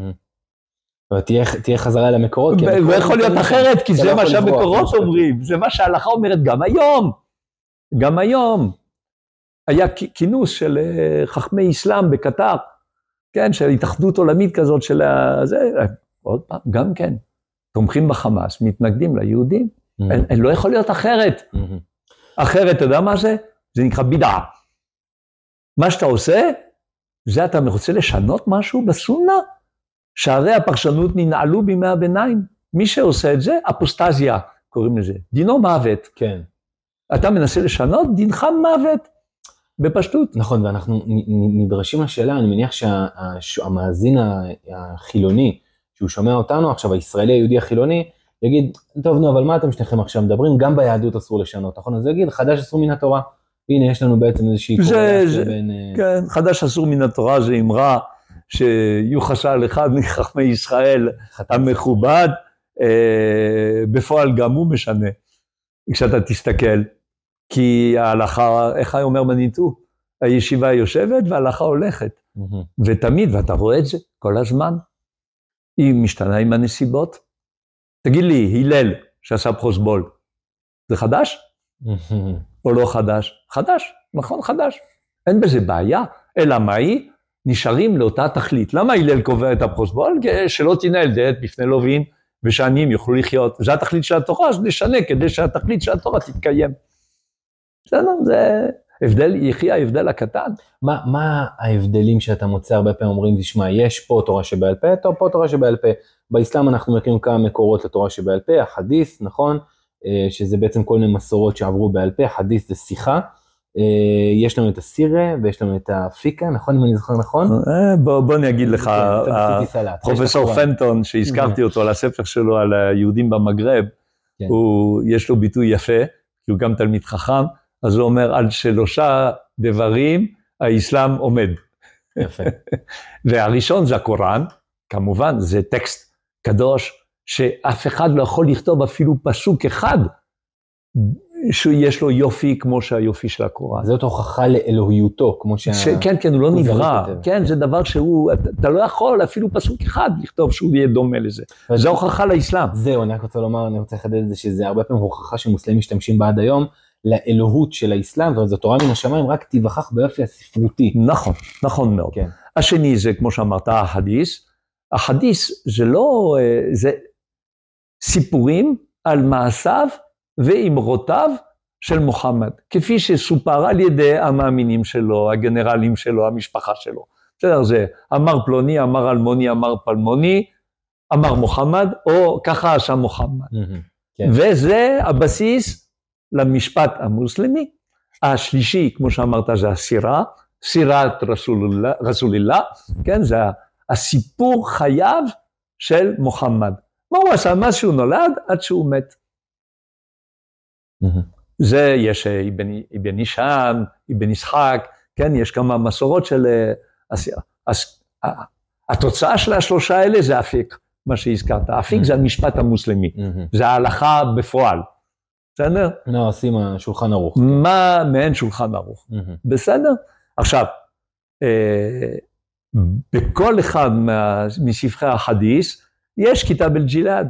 תהיה חזרה למקורות. לא יכול להיות אחרת, כי זה מה שהמקורות אומרים, זה מה שההלכה אומרת גם היום. גם היום. היה כינוס של חכמי אסלאם בקטר, כן, של התאחדות עולמית כזאת של זה, עוד פעם, גם כן, תומכים בחמאס, מתנגדים ליהודים, לא יכול להיות אחרת. אחרת, אתה יודע מה זה? זה נקרא בידעה. מה שאתה עושה, זה אתה רוצה לשנות משהו בסונה, שערי הפרשנות ננעלו בימי הביניים. מי שעושה את זה, אפוסטזיה, קוראים לזה. דינו מוות. כן. אתה מנסה לשנות, דינך מוות. בפשטות. נכון, ואנחנו נדרשים לשאלה, אני מניח שהמאזין החילוני, שהוא שומע אותנו עכשיו, הישראלי היהודי החילוני, יגיד, טוב, נו, אבל מה אתם שניכם עכשיו מדברים? גם ביהדות אסור לשנות, נכון? אז יגיד, חדש אסור מן התורה. הנה, יש לנו בעצם איזושהי קורלציה בין... כן, חדש אסור מן התורה זה אמרה, שיוחסה אחד מחכמי ישראל המכובד, בפועל גם הוא משנה, כשאתה תסתכל, כי ההלכה, איך אני אומר בניתוק, הישיבה יושבת וההלכה הולכת, ותמיד, ואתה רואה את זה כל הזמן, היא משתנה עם הנסיבות. תגיד לי, הלל שעשה פרוסבול, זה חדש? או לא חדש? חדש, נכון חדש. אין בזה בעיה, אלא מה היא? נשארים לאותה תכלית. למה הלל קובע את הפרוסבול? שלא תנהל דעת בפני לווין, ושעניים יוכלו לחיות. זה התכלית של התורה, אז נשנה כדי שהתכלית של התורה תתקיים. בסדר, זה הבדל, יחי ההבדל הקטן. מה, מה ההבדלים שאתה מוצא הרבה פעמים אומרים, תשמע, יש פה תורה שבעל פה, פה תורה שבעל פה. באסלאם אנחנו מכירים כמה מקורות לתורה שבעל פה, החדית', נכון? שזה בעצם כל מיני מסורות שעברו בעל פה, חדיס זה שיחה, יש לנו את הסירה ויש לנו את הפיקה, נכון אם אני זוכר נכון? בוא, בוא אני אגיד לך, פרופסור פנטון שהזכרתי אותו על הספר שלו על היהודים במגרב, יש לו ביטוי יפה, כי הוא גם תלמיד חכם, אז הוא אומר על שלושה דברים האסלאם עומד. יפה. והראשון זה הקוראן, כמובן זה טקסט קדוש, שאף אחד לא יכול לכתוב אפילו פסוק אחד, שיש לו יופי כמו שהיופי של הקוראן. זאת הוכחה לאלוהיותו, כמו שה... ש... כן, כן, הוא לא נברא. כן, כן, זה דבר שהוא, אתה, אתה לא יכול אפילו פסוק אחד לכתוב שהוא יהיה דומה לזה. זה הוכחה לאסלאם. זהו, אני רק רוצה לומר, אני רוצה לחדד את זה, שזה הרבה פעמים הוכחה שמוסלמים משתמשים בה עד היום, לאלוהות של האסלאם, וזו תורה מן השמיים, רק תיווכח באופי הספרותי. נכון, נכון מאוד. כן. השני זה, כמו שאמרת, החדיס. החדיס זה לא, זה סיפורים על מעשיו ואמרותיו של מוחמד, כפי שסופר על ידי המאמינים שלו, הגנרלים שלו, המשפחה שלו. בסדר, זה אמר פלוני, אמר אלמוני, אמר פלמוני, אמר מוחמד, או ככה עשה מוחמד. כן. וזה הבסיס למשפט המוסלמי. השלישי, כמו שאמרת, זה הסירה, סירת רסולילlah, כן, זה הסיפור חייו של מוחמד. מה הוא עשה? מה שהוא נולד עד שהוא מת. זה יש אבן הישאם, אבן ישחק, כן, יש כמה מסורות של הסירה. אז התוצאה של השלושה האלה זה אפיק, מה שהזכרת. אפיק זה המשפט המוסלמי, זה ההלכה בפועל. בסדר? לא, עושים השולחן ערוך. מה מעין שולחן ערוך. בסדר? עכשיו, בכל אחד מספרי החדיס, יש כיתב אל-ג'יהאד.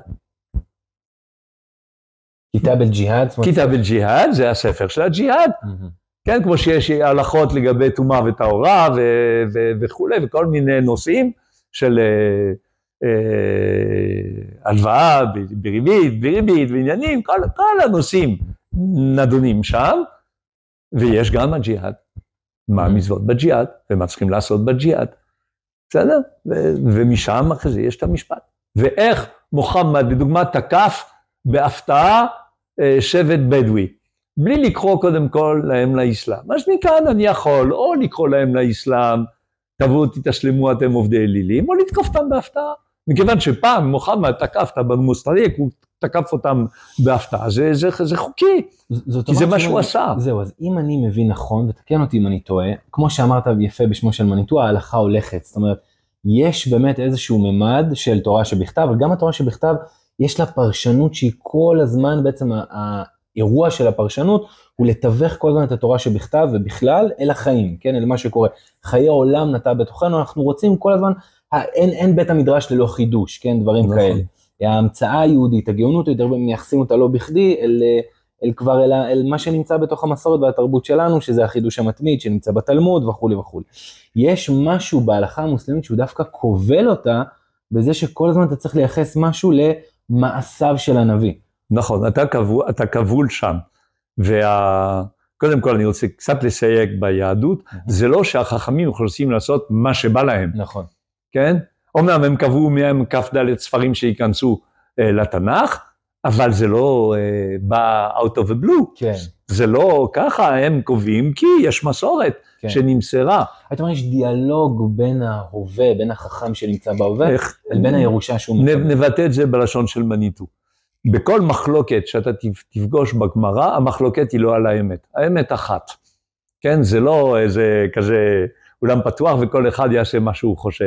כיתב אל-ג'יהאד? כיתב אל-ג'יהאד זה הספר של הג'יהאד. כן, כמו שיש הלכות לגבי טומאה וטהרה וכו', וכל מיני נושאים של הלוואה בריבית, בריבית ועניינים, כל הנושאים נדונים שם, ויש גם הג'יהאד. מה המצוות בג'יהאד, ומה צריכים לעשות בג'יהאד. בסדר? ומשם אחרי זה יש את המשפט. ואיך מוחמד, לדוגמה, תקף בהפתעה שבט בדואי, בלי לקרוא קודם כל להם לאסלאם. מה שמכאן אני יכול, או לקרוא להם לאסלאם, תבואו תתשלמו אתם עובדי אלילים, או לתקוף אותם בהפתעה. מכיוון שפעם מוחמד תקף את במוסטריק, הוא תקף אותם בהפתעה, זה, זה, זה חוקי, כי זה מה שהוא עשה. זהו, אז אם אני מבין נכון, ותקן אותי אם אני טועה, כמו שאמרת יפה בשמו של מניטו, ההלכה הולכת, זאת אומרת, יש באמת איזשהו ממד של תורה שבכתב, אבל גם התורה שבכתב, יש לה פרשנות שהיא כל הזמן, בעצם האירוע של הפרשנות, הוא לתווך כל הזמן את התורה שבכתב, ובכלל אל החיים, כן, אל מה שקורה. חיי העולם נטע בתוכנו, אנחנו רוצים כל הזמן, אין, אין בית המדרש ללא חידוש, כן, דברים נכון. כאלה. ההמצאה היהודית, הגאונות, יותר מייחסים אותה לא בכדי, אל, אל כבר אל, אל מה שנמצא בתוך המסורת והתרבות שלנו, שזה החידוש המתמיד, שנמצא בתלמוד וכו' וכו'. יש משהו בהלכה המוסלמית שהוא דווקא כובל אותה, בזה שכל הזמן אתה צריך לייחס משהו למעשיו של הנביא. נכון, אתה כבול, אתה כבול שם. וה... קודם כל אני רוצה קצת לסייג ביהדות, זה לא שהחכמים רוצים לעשות מה שבא להם. נכון. כן? אומנם הם קבעו מהם כף ד' ספרים שייכנסו אה, לתנ"ך, אבל זה לא אה, בא out of the blue. כן. זה לא ככה, הם קובעים כי יש מסורת כן. שנמסרה. זאת אומרת, יש דיאלוג בין ההווה, בין החכם שנמצא בהווה, איך, בין הירושה שהוא מקבל. נבטא את זה בלשון של מניטו. בכל מחלוקת שאתה תפגוש בגמרא, המחלוקת היא לא על האמת. האמת אחת. כן? זה לא איזה כזה אולם פתוח וכל אחד יעשה מה שהוא חושב.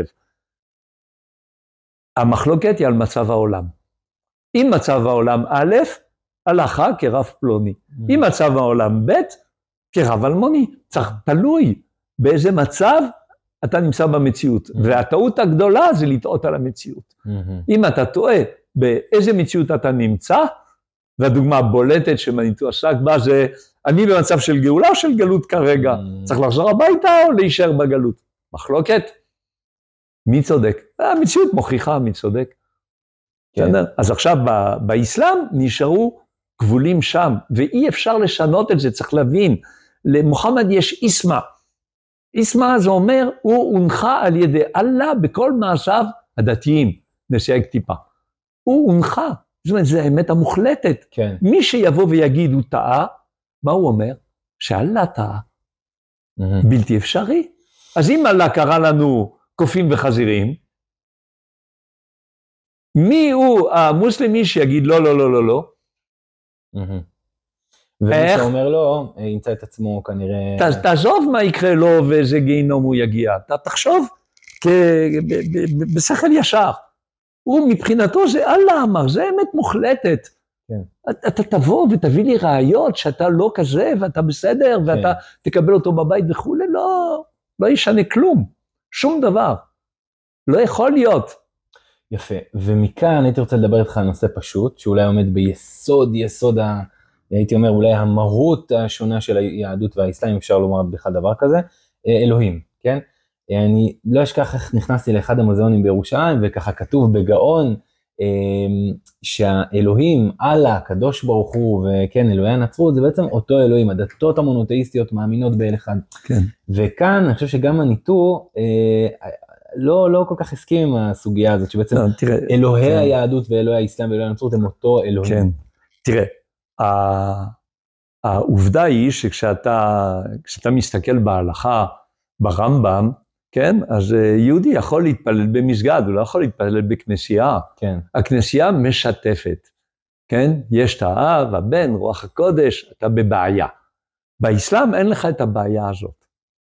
המחלוקת היא על מצב העולם. אם מצב העולם א', הלכה כרב פלוני. Mm. אם מצב העולם ב', כרב אלמוני. צריך תלוי באיזה מצב אתה נמצא במציאות. Mm. והטעות הגדולה זה לטעות על המציאות. Mm-hmm. אם אתה טועה באיזה מציאות אתה נמצא, והדוגמה הבולטת שמניטו עסק בה זה, אני במצב של גאולה או של גלות כרגע. Mm. צריך לחזור הביתה או להישאר בגלות. מחלוקת. מי צודק? המציאות מוכיחה מי צודק. כן. אז עכשיו באסלאם נשארו גבולים שם, ואי אפשר לשנות את זה, צריך להבין. למוחמד יש איסמה. איסמה זה אומר, הוא הונחה על ידי אללה בכל מעשיו הדתיים, נשיאי כתיפה. הוא הונחה, זאת אומרת, זו האמת המוחלטת. כן. מי שיבוא ויגיד הוא טעה, מה הוא אומר? שאללה טעה. Mm-hmm. בלתי אפשרי. אז אם אללה קרא לנו קופים וחזירים, מי הוא המוסלמי שיגיד לא, לא, לא, לא, לא? Mm-hmm. ומי שאומר לא, ימצא את עצמו כנראה... ת, תעזוב מה יקרה לו ואיזה גיהינום הוא יגיע. אתה תחשוב כ... ב, ב, ב, בשכל ישר. הוא מבחינתו זה אללה אמר, זה אמת מוחלטת. כן. אתה, אתה תבוא ותביא לי ראיות שאתה לא כזה ואתה בסדר ואתה כן. תקבל אותו בבית וכו', לא, לא ישנה כלום, שום דבר. לא יכול להיות. יפה, ומכאן הייתי רוצה לדבר איתך על נושא פשוט, שאולי עומד ביסוד, יסוד ה... הייתי אומר אולי המהות השונה של היהדות והאסלאם, אפשר לומר בכלל דבר כזה, אלוהים, כן? אני לא אשכח איך נכנסתי לאחד המוזיאונים בירושלים, וככה כתוב בגאון, שהאלוהים, אללה, הקדוש ברוך הוא, וכן, אלוהי הנצרות, זה בעצם אותו אלוהים, הדתות המונותאיסטיות מאמינות באל אחד. כן. וכאן אני חושב שגם הניטור, לא, לא כל כך הסכים עם הסוגיה הזאת, שבעצם לא, תראה, אלוהי כן. היהדות ואלוהי האסלאם ואלוהי הנצרות הם אותו אלוהים. כן, תראה, העובדה היא שכשאתה כשאתה מסתכל בהלכה, ברמב"ם, כן, אז יהודי יכול להתפלל במסגד, הוא לא יכול להתפלל בכנסייה. כן. הכנסייה משתפת, כן, יש את האב, הבן, רוח הקודש, אתה בבעיה. באסלאם אין לך את הבעיה הזאת.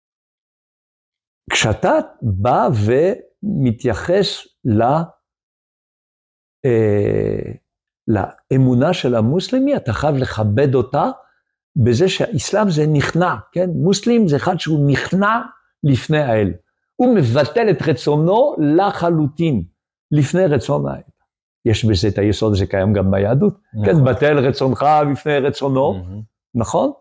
כשאתה בא ומתייחס ל, אה, לאמונה של המוסלמי, אתה חייב לכבד אותה, בזה שהאסלאם זה נכנע, כן? מוסלים זה אחד שהוא נכנע לפני האל. הוא מבטל את רצונו לחלוטין, לפני רצון האל. יש בזה את היסוד, זה קיים גם ביהדות. נכון. כן, בטל רצונך לפני רצונו, mm-hmm. נכון?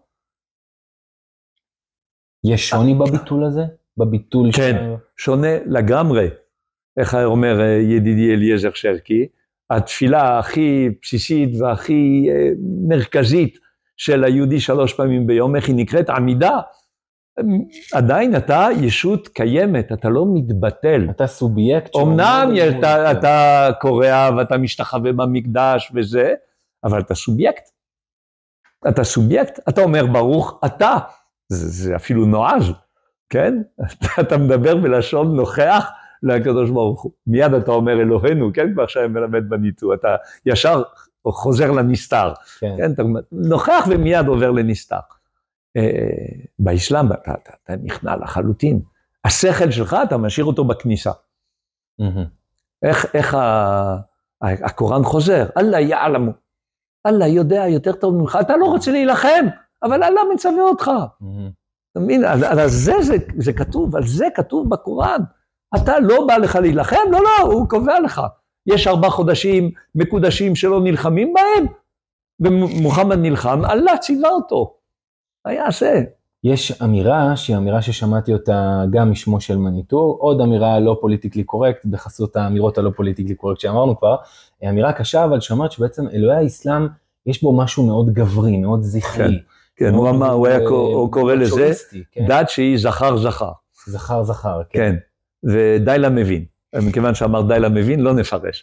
יש שוני בביטול הזה? בביטול כן, ש... שונה לגמרי. איך אומר ידידי אליעזר שרקי, התפילה הכי בסיסית והכי מרכזית של היהודי שלוש פעמים ביום, איך היא נקראת? עמידה. עדיין אתה ישות קיימת, אתה לא מתבטל. אתה סובייקט. אמנם אתה, אתה קורא ואתה משתחווה במקדש וזה, אבל אתה סובייקט. אתה סובייקט, אתה אומר ברוך אתה, זה, זה אפילו נועז, כן? אתה מדבר בלשון נוכח לקדוש ברוך הוא. מיד אתה אומר אלוהינו, כן? כבר עכשיו מלמד בניתוח, אתה ישר חוזר לנסתר. כן. כן? אתה נוכח ומיד עובר לנסתר. באסלאם אתה, אתה, אתה נכנע לחלוטין. השכל שלך, אתה משאיר אותו בכניסה. Mm-hmm. איך, איך ה, הקוראן חוזר? אללה יעלמו. אללה יודע יותר טוב ממך. אתה לא רוצה להילחם, אבל אללה מצווה אותך. Mm-hmm. אתה מבין? על, על זה, זה, זה כתוב, על זה כתוב בקוראן. אתה לא בא לך להילחם? לא, לא, הוא קובע לך. יש ארבע חודשים מקודשים שלא נלחמים בהם, ומוחמד נלחם, אללה ציווה אותו. היה עשה. יש אמירה שהיא אמירה ששמעתי אותה גם משמו של מניטור, עוד אמירה לא פוליטיקלי קורקט, בחסות האמירות הלא פוליטיקלי קורקט שאמרנו כבר, אמירה קשה, אבל שאומרת שבעצם אלוהי האסלאם, יש בו משהו מאוד גברי, מאוד זכרי. כן, כן, הוא אמר, הוא היה קורא לזה, דת שהיא זכר זכר. זכר זכר, כן. כן, ודי למבין. מכיוון שאמר די למבין, לא נפרש.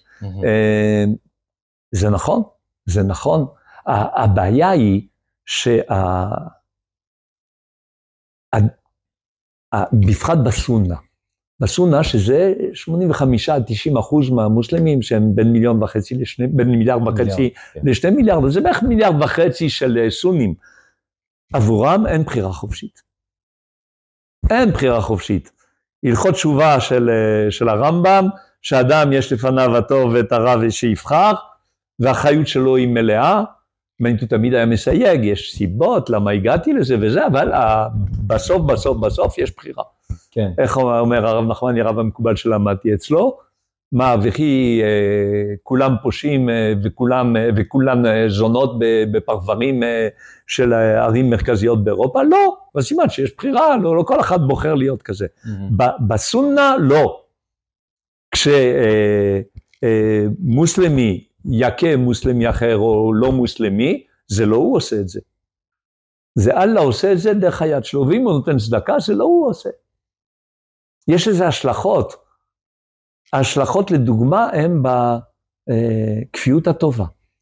זה נכון, זה נכון. הבעיה היא שה... בפחד בסונה, בסונה שזה שמונים וחמישה עד תשעים אחוז מהמוסלמים שהם בין מיליון וחצי לשני, בין מיליארד וחצי לשני מיליארד, זה בערך מיליארד וחצי של סונים. עבורם אין בחירה חופשית. אין בחירה חופשית. הלכות תשובה של, של הרמב"ם, שאדם יש לפניו הטוב ואת הרע שיבחר, והחיות שלו היא מלאה, מניטו תמיד היה מסייג, יש סיבות למה הגעתי לזה וזה, אבל בסוף, בסוף, בסוף יש בחירה. כן. איך אומר הרב נחמני, הרב המקובל שלמדתי אצלו, מה, וכי אה, כולם פושעים אה, וכולם, אה, וכולם אה, זונות בפרברים אה, של ערים מרכזיות באירופה? לא, בסימן שיש בחירה, לא, לא כל אחד בוחר להיות כזה. Mm-hmm. בסונה לא. כשמוסלמי, אה, אה, יכה מוסלמי אחר או לא מוסלמי, זה לא הוא עושה את זה. זה אללה עושה את זה דרך היד שלו, ואם הוא נותן צדקה, זה לא הוא עושה. יש לזה השלכות. ההשלכות לדוגמה הן בכפיות הטובה.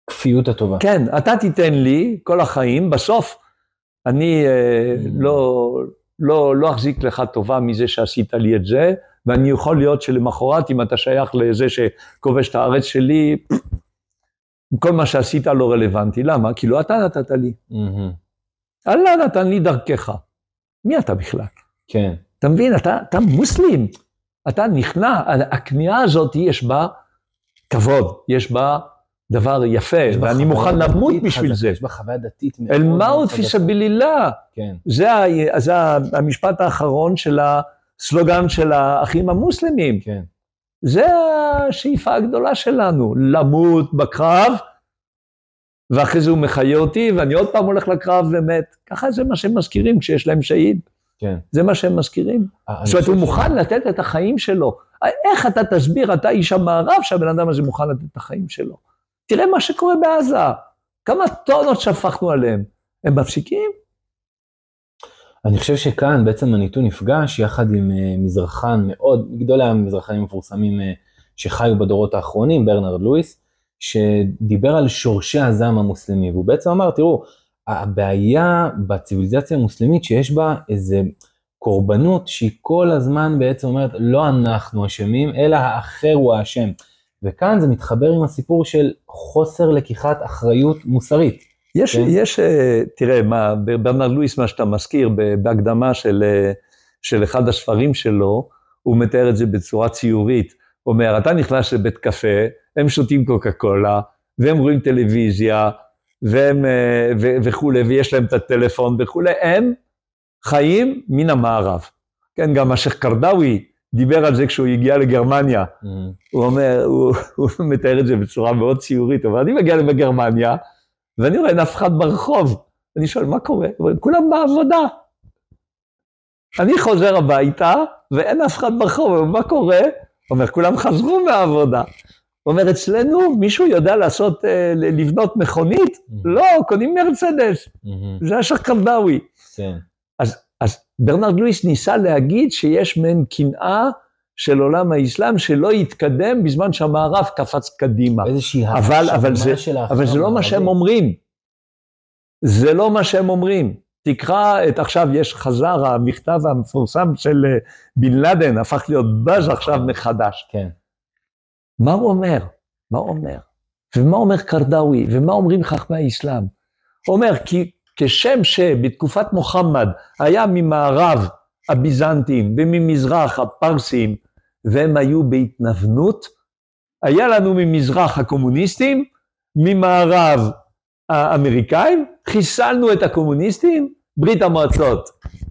כפיות הטובה. כן, אתה תיתן לי כל החיים, בסוף אני אה, לא, לא, לא אחזיק לך טובה מזה שעשית לי את זה, ואני יכול להיות שלמחרת, אם אתה שייך לזה שכובש את הארץ שלי, כל מה שעשית לא רלוונטי. למה? כי לא אתה נתת לי. אללה נתן לי דרכך. מי אתה בכלל? כן. אתה מבין, אתה, אתה מוסלים, אתה נכנע, הכניעה הזאת יש בה כבוד, יש בה דבר יפה, ואני מוכן למות בשביל זה. יש בה חוויה דתית מאוד. אל מאות פיסא סבילילה. כן. זה, זה המשפט האחרון של הסלוגן של האחים המוסלמים. כן. זה השאיפה הגדולה שלנו, למות בקרב, ואחרי זה הוא מחיה אותי, ואני עוד פעם הולך לקרב ומת. ככה זה מה שהם מזכירים כשיש להם שהיד. כן. זה מה שהם מזכירים. זאת אומרת, הוא מוכן לתת את החיים שלו. איך אתה תסביר, אתה איש המערב, שהבן אדם הזה מוכן לתת את החיים שלו? תראה מה שקורה בעזה. כמה טונות שפכנו עליהם. הם מפסיקים? אני חושב שכאן בעצם הניתו נפגש יחד עם מזרחן מאוד, גדולי המזרחנים המפורסמים שחיו בדורות האחרונים, ברנרד לואיס, שדיבר על שורשי הזעם המוסלמי, והוא בעצם אמר, תראו, הבעיה בציביליזציה המוסלמית שיש בה איזה קורבנות שהיא כל הזמן בעצם אומרת, לא אנחנו אשמים, אלא האחר הוא האשם. וכאן זה מתחבר עם הסיפור של חוסר לקיחת אחריות מוסרית. יש, כן? יש, תראה, מה, ברנרד לואיס, מה שאתה מזכיר, בהקדמה של, של אחד הספרים שלו, הוא מתאר את זה בצורה ציורית. הוא אומר, אתה נכנס לבית קפה, הם שותים קוקה קולה, והם רואים טלוויזיה, והם, ו, וכולי, ויש להם את הטלפון וכולי, הם חיים מן המערב. כן, גם השייח קרדאווי דיבר על זה כשהוא הגיע לגרמניה. Mm-hmm. הוא אומר, הוא, הוא מתאר את זה בצורה מאוד ציורית, אבל אני מגיע לגרמניה, ואני רואה אף אחד ברחוב. אני שואל, מה קורה? כולם בעבודה. אני חוזר הביתה, ואין אף אחד ברחוב, מה קורה? הוא אומר, כולם חזרו מהעבודה. הוא אומר, אצלנו מישהו יודע לעשות, לבנות מכונית? Mm-hmm. לא, קונים מרצדס. Mm-hmm. זה השייח קרדאווי. כן. אז, אז ברנרד לואיס ניסה להגיד שיש מעין קנאה של עולם האסלאם שלא יתקדם בזמן שהמערב קפץ קדימה. איזושהי אבל, אבל, זה, אבל זה לא מה שהם אומרים. זה לא מה שהם אומרים. תקרא את עכשיו, יש חזר, המכתב המפורסם של בן לאדן, הפך להיות בז עכשיו מחדש. כן. מה הוא אומר? מה הוא אומר? ומה אומר קרדאווי? ומה אומרים חכמי האסלאם? הוא אומר, כי כשם שבתקופת מוחמד היה ממערב הביזנטים וממזרח הפרסים, והם היו בהתנוונות, היה לנו ממזרח הקומוניסטים, ממערב האמריקאים, חיסלנו את הקומוניסטים, ברית המועצות.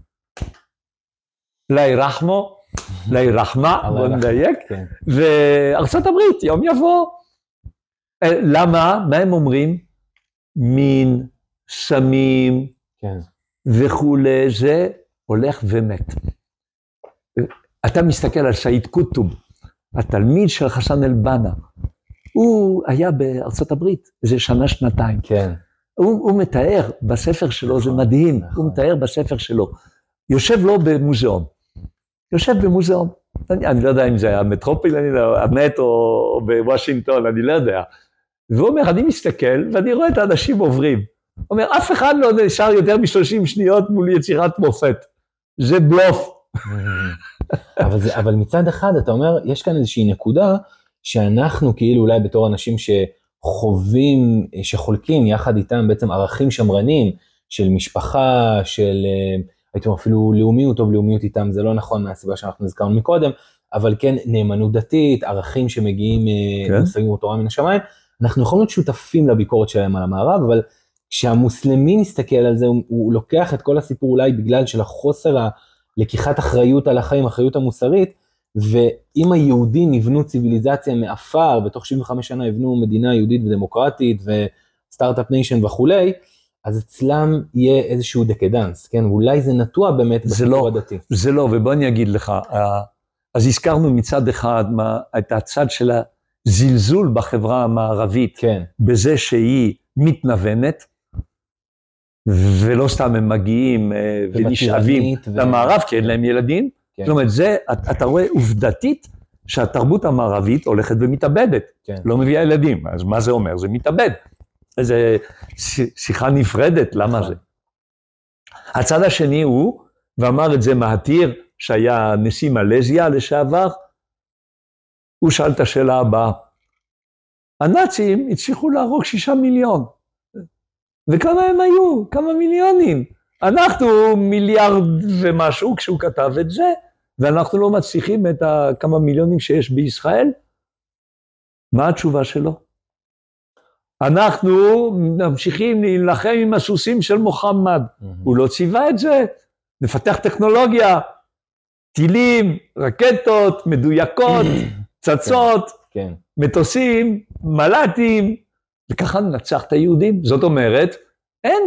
לי רחמו, לי רחמה, בוא נדייק, וארצות הברית, יום יבוא. למה? מה הם אומרים? מין, סמים, כן. וכולי, זה הולך ומת. אתה מסתכל על סעיד קוטוב, התלמיד של חסן אל-בנה, הוא היה בארצות הברית, זה שנה, שנתיים. כן. הוא, הוא מתאר בספר שלו, זה מדהים, נכון. הוא מתאר בספר שלו, יושב לו במוזיאון, יושב במוזיאון, אני, אני לא יודע אם זה היה מטרופול, אני לא, המט או, או בוושינגטון, אני לא יודע. והוא אומר, אני מסתכל ואני רואה את האנשים עוברים. הוא אומר, אף אחד לא נשאר יותר מ-שלושים שניות מול יצירת מופת. זה בלוף. אבל, זה, אבל מצד אחד, אתה אומר, יש כאן איזושהי נקודה, שאנחנו כאילו אולי בתור אנשים שחווים, שחולקים יחד איתם בעצם ערכים שמרנים, של משפחה, של, הייתם אפילו לאומיות או לאומיות איתם, זה לא נכון מהסיבה שאנחנו נזכרנו מקודם, אבל כן נאמנות דתית, ערכים שמגיעים, כן. מושגים ותורה מן השמיים, אנחנו יכולים להיות שותפים לביקורת שלהם על המערב, אבל כשהמוסלמי מסתכל על זה, הוא, הוא לוקח את כל הסיפור אולי בגלל של החוסר הלקיחת אחריות על החיים, אחריות המוסרית, ואם היהודים יבנו ציביליזציה מאפר, בתוך שבעים וחמש שנה יבנו מדינה יהודית ודמוקרטית, וסטארט-אפ ניישן וכולי, אז אצלם יהיה איזשהו דקדנס, כן? ואולי זה נטוע באמת בסיפור הדתי. זה לא, ובוא אני אגיד לך, אז הזכרנו מצד אחד מה, את הצד של הזלזול בחברה המערבית, כן. בזה שהיא מתנוונת, ולא סתם הם מגיעים ונשאבים ו... למערב, כי אין להם ילדים. כן. זאת אומרת, זה, אתה רואה עובדתית שהתרבות המערבית הולכת ומתאבדת, כן. לא מביאה ילדים, אז מה זה אומר? זה מתאבד. איזו שיחה נפרדת, למה זה? הצד השני הוא, ואמר את זה מהתיר, שהיה נשיא מלזיה לשעבר, הוא שאל את השאלה הבאה, הנאצים הצליחו להרוג שישה מיליון, וכמה הם היו? כמה מיליונים? אנחנו מיליארד ומשהו כשהוא כתב את זה, ואנחנו לא מצליחים את כמה מיליונים שיש בישראל. מה התשובה שלו? אנחנו ממשיכים להילחם עם הסוסים של מוחמד. Mm-hmm. הוא לא ציווה את זה. נפתח טכנולוגיה, טילים, רקטות, מדויקות, צצות, כן. מטוסים, מל"טים, וככה ננצח את היהודים. זאת אומרת, אין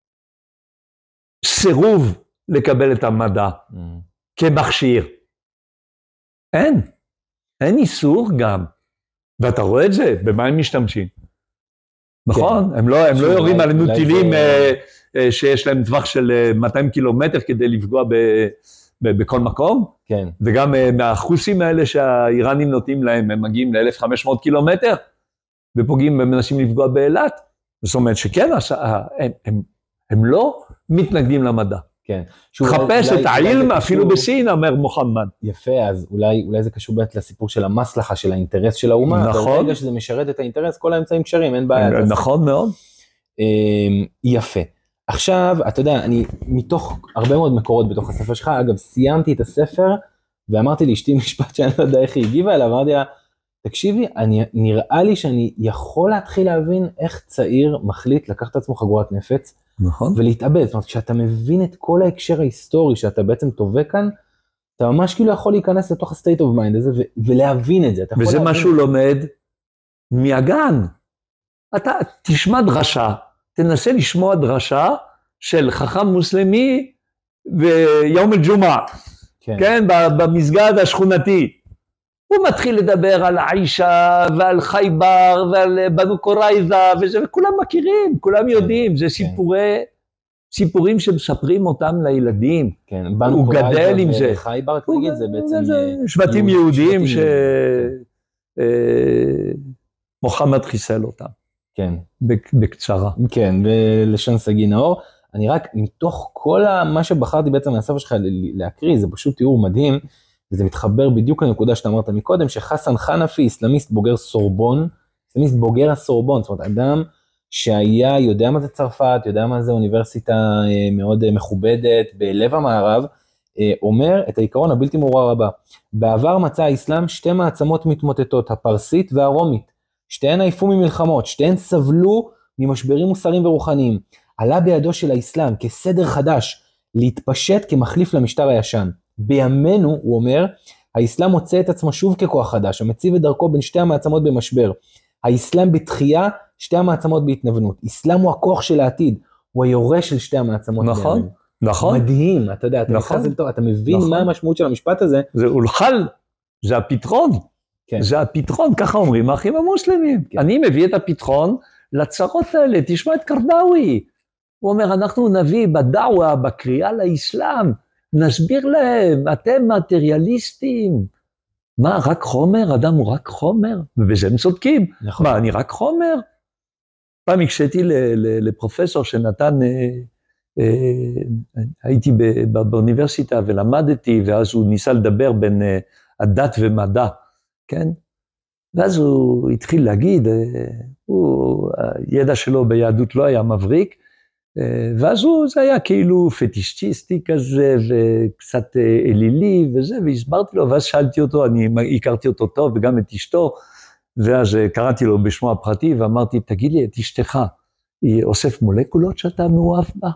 סירוב לקבל את המדע mm. כמכשיר. אין. אין איסור גם. ואתה רואה את זה, במה הם משתמשים. נכון? הם לא, הם לא יורים עלינו טילים זה... שיש להם טווח של מאתיים קילומטר כדי לפגוע ב, ב, בכל מקום. כן. וגם מהחוסים האלה שהאיראנים נותנים להם, הם מגיעים ל-אלף וחמש מאות קילומטר, ופוגעים ומנסים לפגוע באילת. זאת אומרת שכן, הם, הם, הם לא מתנגדים למדע. כן. חפש את העילם אפילו בסין, אומר מוחמד. יפה, אז אולי, אולי זה קשור באמת לסיפור של המסלחה, של האינטרס של האומה. נכון. ברגע שזה משרת את האינטרס, כל האמצעים קשרים, אין בעיה. נכון מאוד. יפה. עכשיו, אתה יודע, אני מתוך הרבה מאוד מקורות בתוך הספר שלך, אגב, סיימתי את הספר, ואמרתי לאשתי משפט שאני לא יודע איך היא הגיבה אליו, אמרתי לה, תקשיבי, אני, נראה לי שאני יכול להתחיל להבין איך צעיר מחליט לקחת את עצמו חגורת נפץ, נכון. ולהתאבד. זאת אומרת, כשאתה מבין את כל ההקשר ההיסטורי שאתה בעצם תובע כאן, אתה ממש כאילו יכול להיכנס לתוך ה-state of mind הזה, ו- ולהבין את זה. וזה מה שהוא לומד מהגן. אתה תשמע דרשה, תנסה לשמוע דרשה של חכם מוסלמי ביום אל-ג'ומעה, כן, כן במסגד השכונתי. הוא מתחיל לדבר על עישה ועל חייבר ועל בנו קורייזה וזה, וכולם מכירים, כולם יודעים, זה סיפורי, סיפורים שמספרים אותם לילדים. כן, הוא גדל עם זה. חייבר, תגיד, זה בעצם שבטים יהודיים שמוחמד חיסל אותם. כן. בקצרה. כן, בלשון סגי נאור. אני רק, מתוך כל מה שבחרתי בעצם מהספר שלך להקריא, זה פשוט תיאור מדהים, וזה מתחבר בדיוק לנקודה שאתה אמרת מקודם, שחסן חנפי, איסלאמיסט בוגר סורבון, איסלאמיסט בוגר הסורבון, זאת אומרת, אדם שהיה, יודע מה זה צרפת, יודע מה זה אוניברסיטה מאוד מכובדת, בלב המערב, אומר את העיקרון הבלתי מעורער הבא, בעבר מצא האסלאם שתי מעצמות מתמוטטות, הפרסית והרומית, שתיהן עייפו ממלחמות, שתיהן סבלו ממשברים מוסריים ורוחניים, עלה בידו של האסלאם כסדר חדש, להתפשט כמחליף למשטר הישן. בימינו, הוא אומר, האסלאם מוצא את עצמו שוב ככוח חדש, המציב את דרכו בין שתי המעצמות במשבר. האסלאם בתחייה, שתי המעצמות בהתנוונות. אסלאם הוא הכוח של העתיד, הוא היורש של שתי המעצמות. נכון, בימינו. נכון. מדהים, אתה יודע, אתה נכון. נכנס לתור, אתה מבין נכון. מה המשמעות של המשפט הזה. זה אולחל, זה הפתרון. כן. זה הפתרון, ככה אומרים האחים המוסלמים. כן. אני מביא את הפתרון לצרות האלה, תשמע את קרדאווי. הוא אומר, אנחנו נביא בדעווה, בקריאה לאסלאם, נסביר להם, אתם מטריאליסטים. מה, רק חומר? אדם הוא רק חומר? ובזה הם צודקים. נכון. מה, אני רק חומר? פעם הקשיתי לפרופסור שנתן, אה, אה, הייתי ב, באוניברסיטה ולמדתי, ואז הוא ניסה לדבר בין אה, הדת ומדע, כן? ואז הוא התחיל להגיד, אה, הוא, הידע שלו ביהדות לא היה מבריק, ואז הוא, זה היה כאילו פטישיסטי כזה, וקצת אלילי וזה, והסברתי לו, ואז שאלתי אותו, אני הכרתי אותו טוב, וגם את אשתו, ואז קראתי לו בשמו הפרטי, ואמרתי, תגיד לי, את אשתך, היא אוסף מולקולות שאתה מאוהב בה?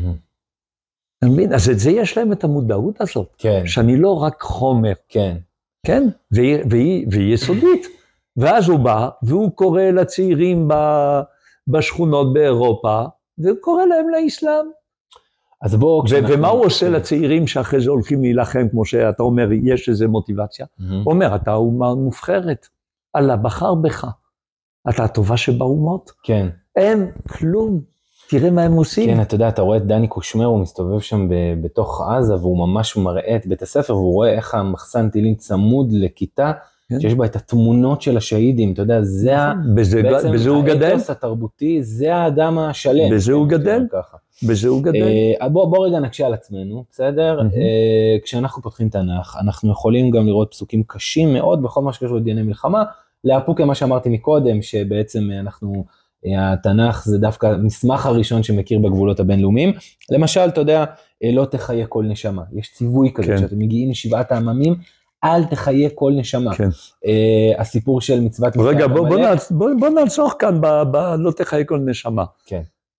אני מבין, אז את זה יש להם את המודעות הזאת, שאני לא רק חומר, כן, והיא יסודית, ואז הוא בא, והוא קורא לצעירים בשכונות באירופה, והוא קורא להם לאסלאם. אז בוא... ומה הוא עושה לצעירים שאחרי זה הולכים להילחם, כמו שאתה אומר, יש איזו מוטיבציה? הוא אומר, אתה אומה מובחרת, אללה בחר בך, אתה הטובה שבאומות. כן. אין כלום, תראה מה הם עושים. כן, אתה יודע, אתה רואה את דני קושמר, הוא מסתובב שם בתוך עזה, והוא ממש מראה את בית הספר, והוא רואה איך המחסן טילים צמוד לכיתה, כן. שיש בה את התמונות של השהידים, אתה יודע, זה ה- בזה, בעצם בזה הוא גדל, האתוס התרבותי, זה האדם השלם. בזה כן, הוא הייתי גדל. אומר ככה. בזה הוא גדל. אה, בוא, בוא רגע נקשה על עצמנו, בסדר? מהמם. אה, כשאנחנו פותחים תנ"ך, אנחנו יכולים גם לראות פסוקים קשים מאוד בכל מה שקשור לדיני מלחמה, לאפוק מה שאמרתי מקודם, שבעצם אנחנו, אה, התנ"ך זה דווקא המסמך הראשון שמכיר בגבולות הבינלאומיים. למשל, אתה יודע, אה, לא תחיה כל נשמה. יש ציווי כזה, כן. כשאתם מגיעים לשבעת העממים, אל תחיה כל נשמה. כן. אה, הסיפור של מצוות רגע, מצוות בוא, בוא, עמלק. נעצ... בוא, בוא נעצור כאן ב, ב... לא תחיה כל נשמה. כן.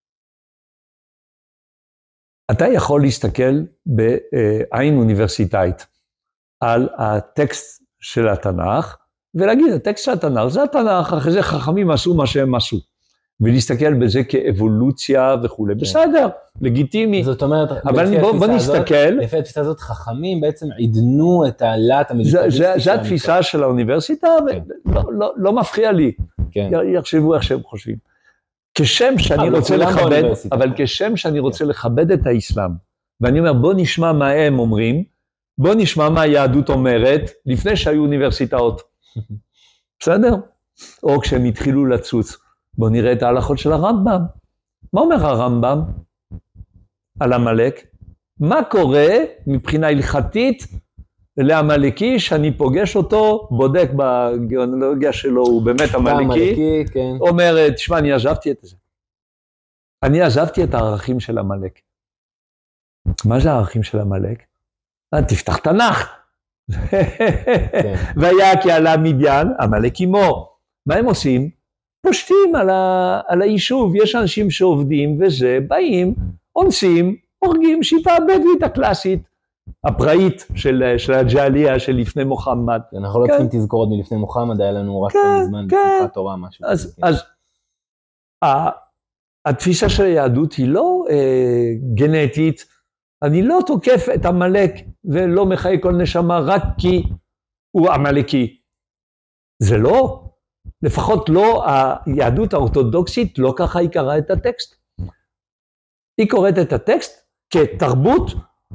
אתה יכול להסתכל בעין אוניברסיטאית על הטקסט של התנ"ך, ולהגיד, הטקסט של התנ"ך זה התנ"ך, אחרי זה חכמים עשו מה שהם עשו. ולהסתכל בזה כאבולוציה וכו'. כן. בסדר, לגיטימי. זאת אומרת, אבל לפי בוא, בוא התפיסה הזאת- נסתכל, לפי התפיסה הזאת, חכמים בעצם עידנו את הלהט זה, המיליטריסטי. זה, של זה המקרא. התפיסה של האוניברסיטה, כן. ולא, לא, לא מפריע לי, כן. יחשבו איך שהם חושבים. כשם שאני אבל רוצה כולם לכבד, באוניברסיטה. אבל כשם שאני רוצה לכבד את האסלאם, ואני אומר בוא נשמע מה הם אומרים, בוא נשמע מה היהדות אומרת, לפני שהיו אוניברסיטאות. בסדר? או כשהם התחילו לצוץ, בוא נראה את ההלכות של הרמב"ם. מה אומר הרמב"ם על עמלק? מה קורה מבחינה הלכתית לעמלקי שאני פוגש אותו, בודק בגיאונולוגיה שלו, הוא באמת עמלקי, עמלקי, כן. אומר, תשמע, אני עזבתי את זה. אני עזבתי את הערכים של עמלק. מה זה הערכים של עמלק? אה, תפתח תנ"ך. כן. והיה כי עלה מדיין, עמלק עמו. מה הם עושים? פושטים על, ה... על היישוב, יש אנשים שעובדים וזה, באים, אונסים, הורגים, שיטה הבדואית הקלאסית, הפראית של, של הג'עליה של לפני מוחמד. אנחנו לא כן. צריכים תזכורת מלפני מוחמד, היה לנו רק כן, מזמן כן. בשמחת תורה משהו. אז, כזה, כן. אז ה- התפיסה של היהדות היא לא אה, גנטית, אני לא תוקף את עמלק ולא מחיה כל נשמה רק כי הוא עמלקי. זה לא, לפחות לא, היהדות האורתודוקסית לא ככה היא קראה את הטקסט. היא קוראת את הטקסט כתרבות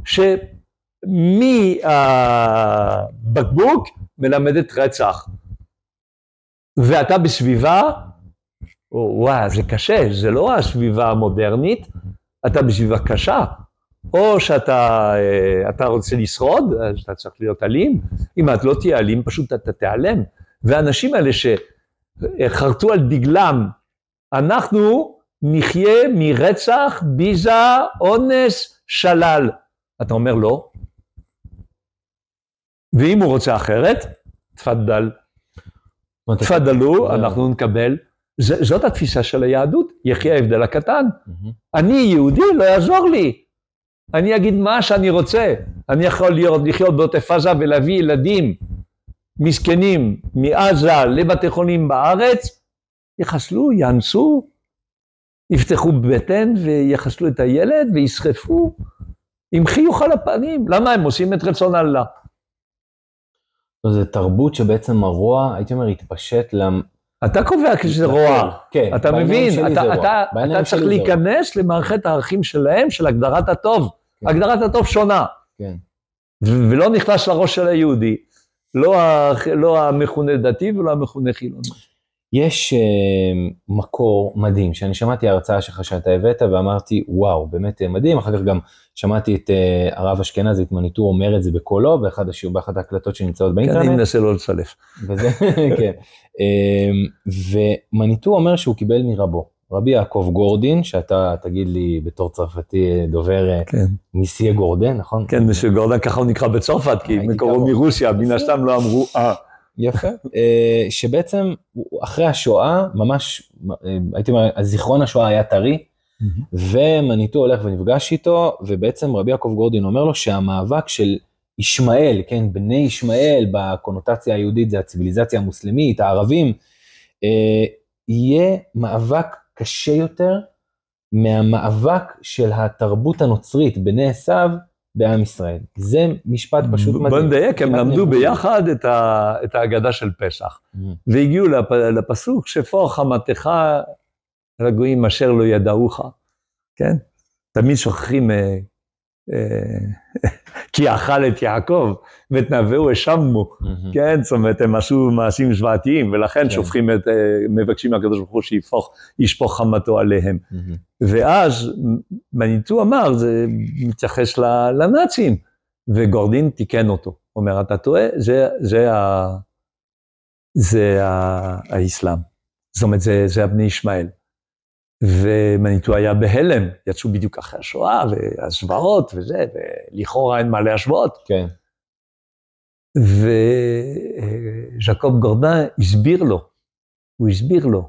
שמהבקבוק מלמדת רצח. ואתה בסביבה, וואו, זה קשה, זה לא הסביבה המודרנית, אתה בסביבה קשה. או שאתה אתה רוצה לשרוד, אתה צריך להיות אלים, אם את לא תהיה אלים, פשוט אתה תיעלם. והאנשים האלה שחרטו על דגלם, אנחנו נחיה מרצח, ביזה, אונס, שלל. אתה אומר לא. ואם הוא רוצה אחרת, תפדל. תפדלו, אנחנו נקבל. זאת התפיסה של היהדות, יחי ההבדל הקטן. אני יהודי, לא יעזור לי. אני אגיד מה שאני רוצה. אני יכול להיות, לחיות בעוטף עזה ולהביא ילדים מסכנים מעזה לבתי חולים בארץ, יחסלו, יאנסו, יפתחו בטן ויחסלו את הילד ויסחפו עם חיוך על הפנים. למה הם עושים את רצון אללה? זו תרבות שבעצם הרוע, הייתי אומר, התפשט למ... אתה קובע כשזה רוע. כן, אתה מבין, אתה, אתה, אתה צריך להיכנס למערכת הערכים שלהם, של הגדרת הטוב. כן. הגדרת הטוב שונה. כן. ולא נכנס לראש של היהודי. לא, לא המכונה דתי ולא המכונה חילוני. יש uh, מקור מדהים, שאני שמעתי ההרצאה שלך שאתה הבאת, ואמרתי, וואו, באמת מדהים. אחר כך גם שמעתי את uh, הרב אשכנזי, את מניטור, אומר את זה בקולו, באחד השיעור, באחת ההקלטות שנמצאות באינטרנט. כן, אני מנסה לא לצלף. וזה, כן. Um, ומניטור אומר שהוא קיבל מרבו. רבי יעקב גורדין, שאתה תגיד לי בתור צרפתי דובר כן. מיסיה גורדן, נכון? כן, מיסיה גורדן, ככה הוא נקרא בצרפת, כי מקורו מרוסיה, מן הסתם לא אמרו, אה. יפה, שבעצם אחרי השואה, ממש, הייתי אומר, הזיכרון השואה היה טרי, ומניטו הולך ונפגש איתו, ובעצם רבי יעקב גורדין אומר לו שהמאבק של ישמעאל, כן, בני ישמעאל, בקונוטציה היהודית, זה הציביליזציה המוסלמית, הערבים, יהיה מאבק קשה יותר, מהמאבק של התרבות הנוצרית, בני עשיו, בעם ישראל. זה משפט פשוט מדהים. בוא נדייק, הם למדו ביחד את, ה, את ההגדה של פסח. Mm-hmm. והגיעו לפ, לפסוק, שפור חמתך לגויים אשר לא ידעוך. כן? תמיד שוכחים כי אכל את יעקב, ואת נבהו האשמו, כן? זאת אומרת, הם עשו מעשים זוועתיים, ולכן שופכים את, מבקשים מהקדוש ברוך הוא שיפוך, ישפוך חמתו עליהם. ואז מניטו אמר, זה מתייחס לנאצים, וגורדין תיקן אותו. אומר, אתה טועה, זה, זה, ה, זה ה, האסלאם. זאת אומרת, זה, זה הבני ישמעאל. ומניטו היה בהלם, יצאו בדיוק אחרי השואה, והשוואות וזה, ולכאורה אין מה להשוות. כן. וז'קוב גורדין הסביר לו, הוא הסביר לו,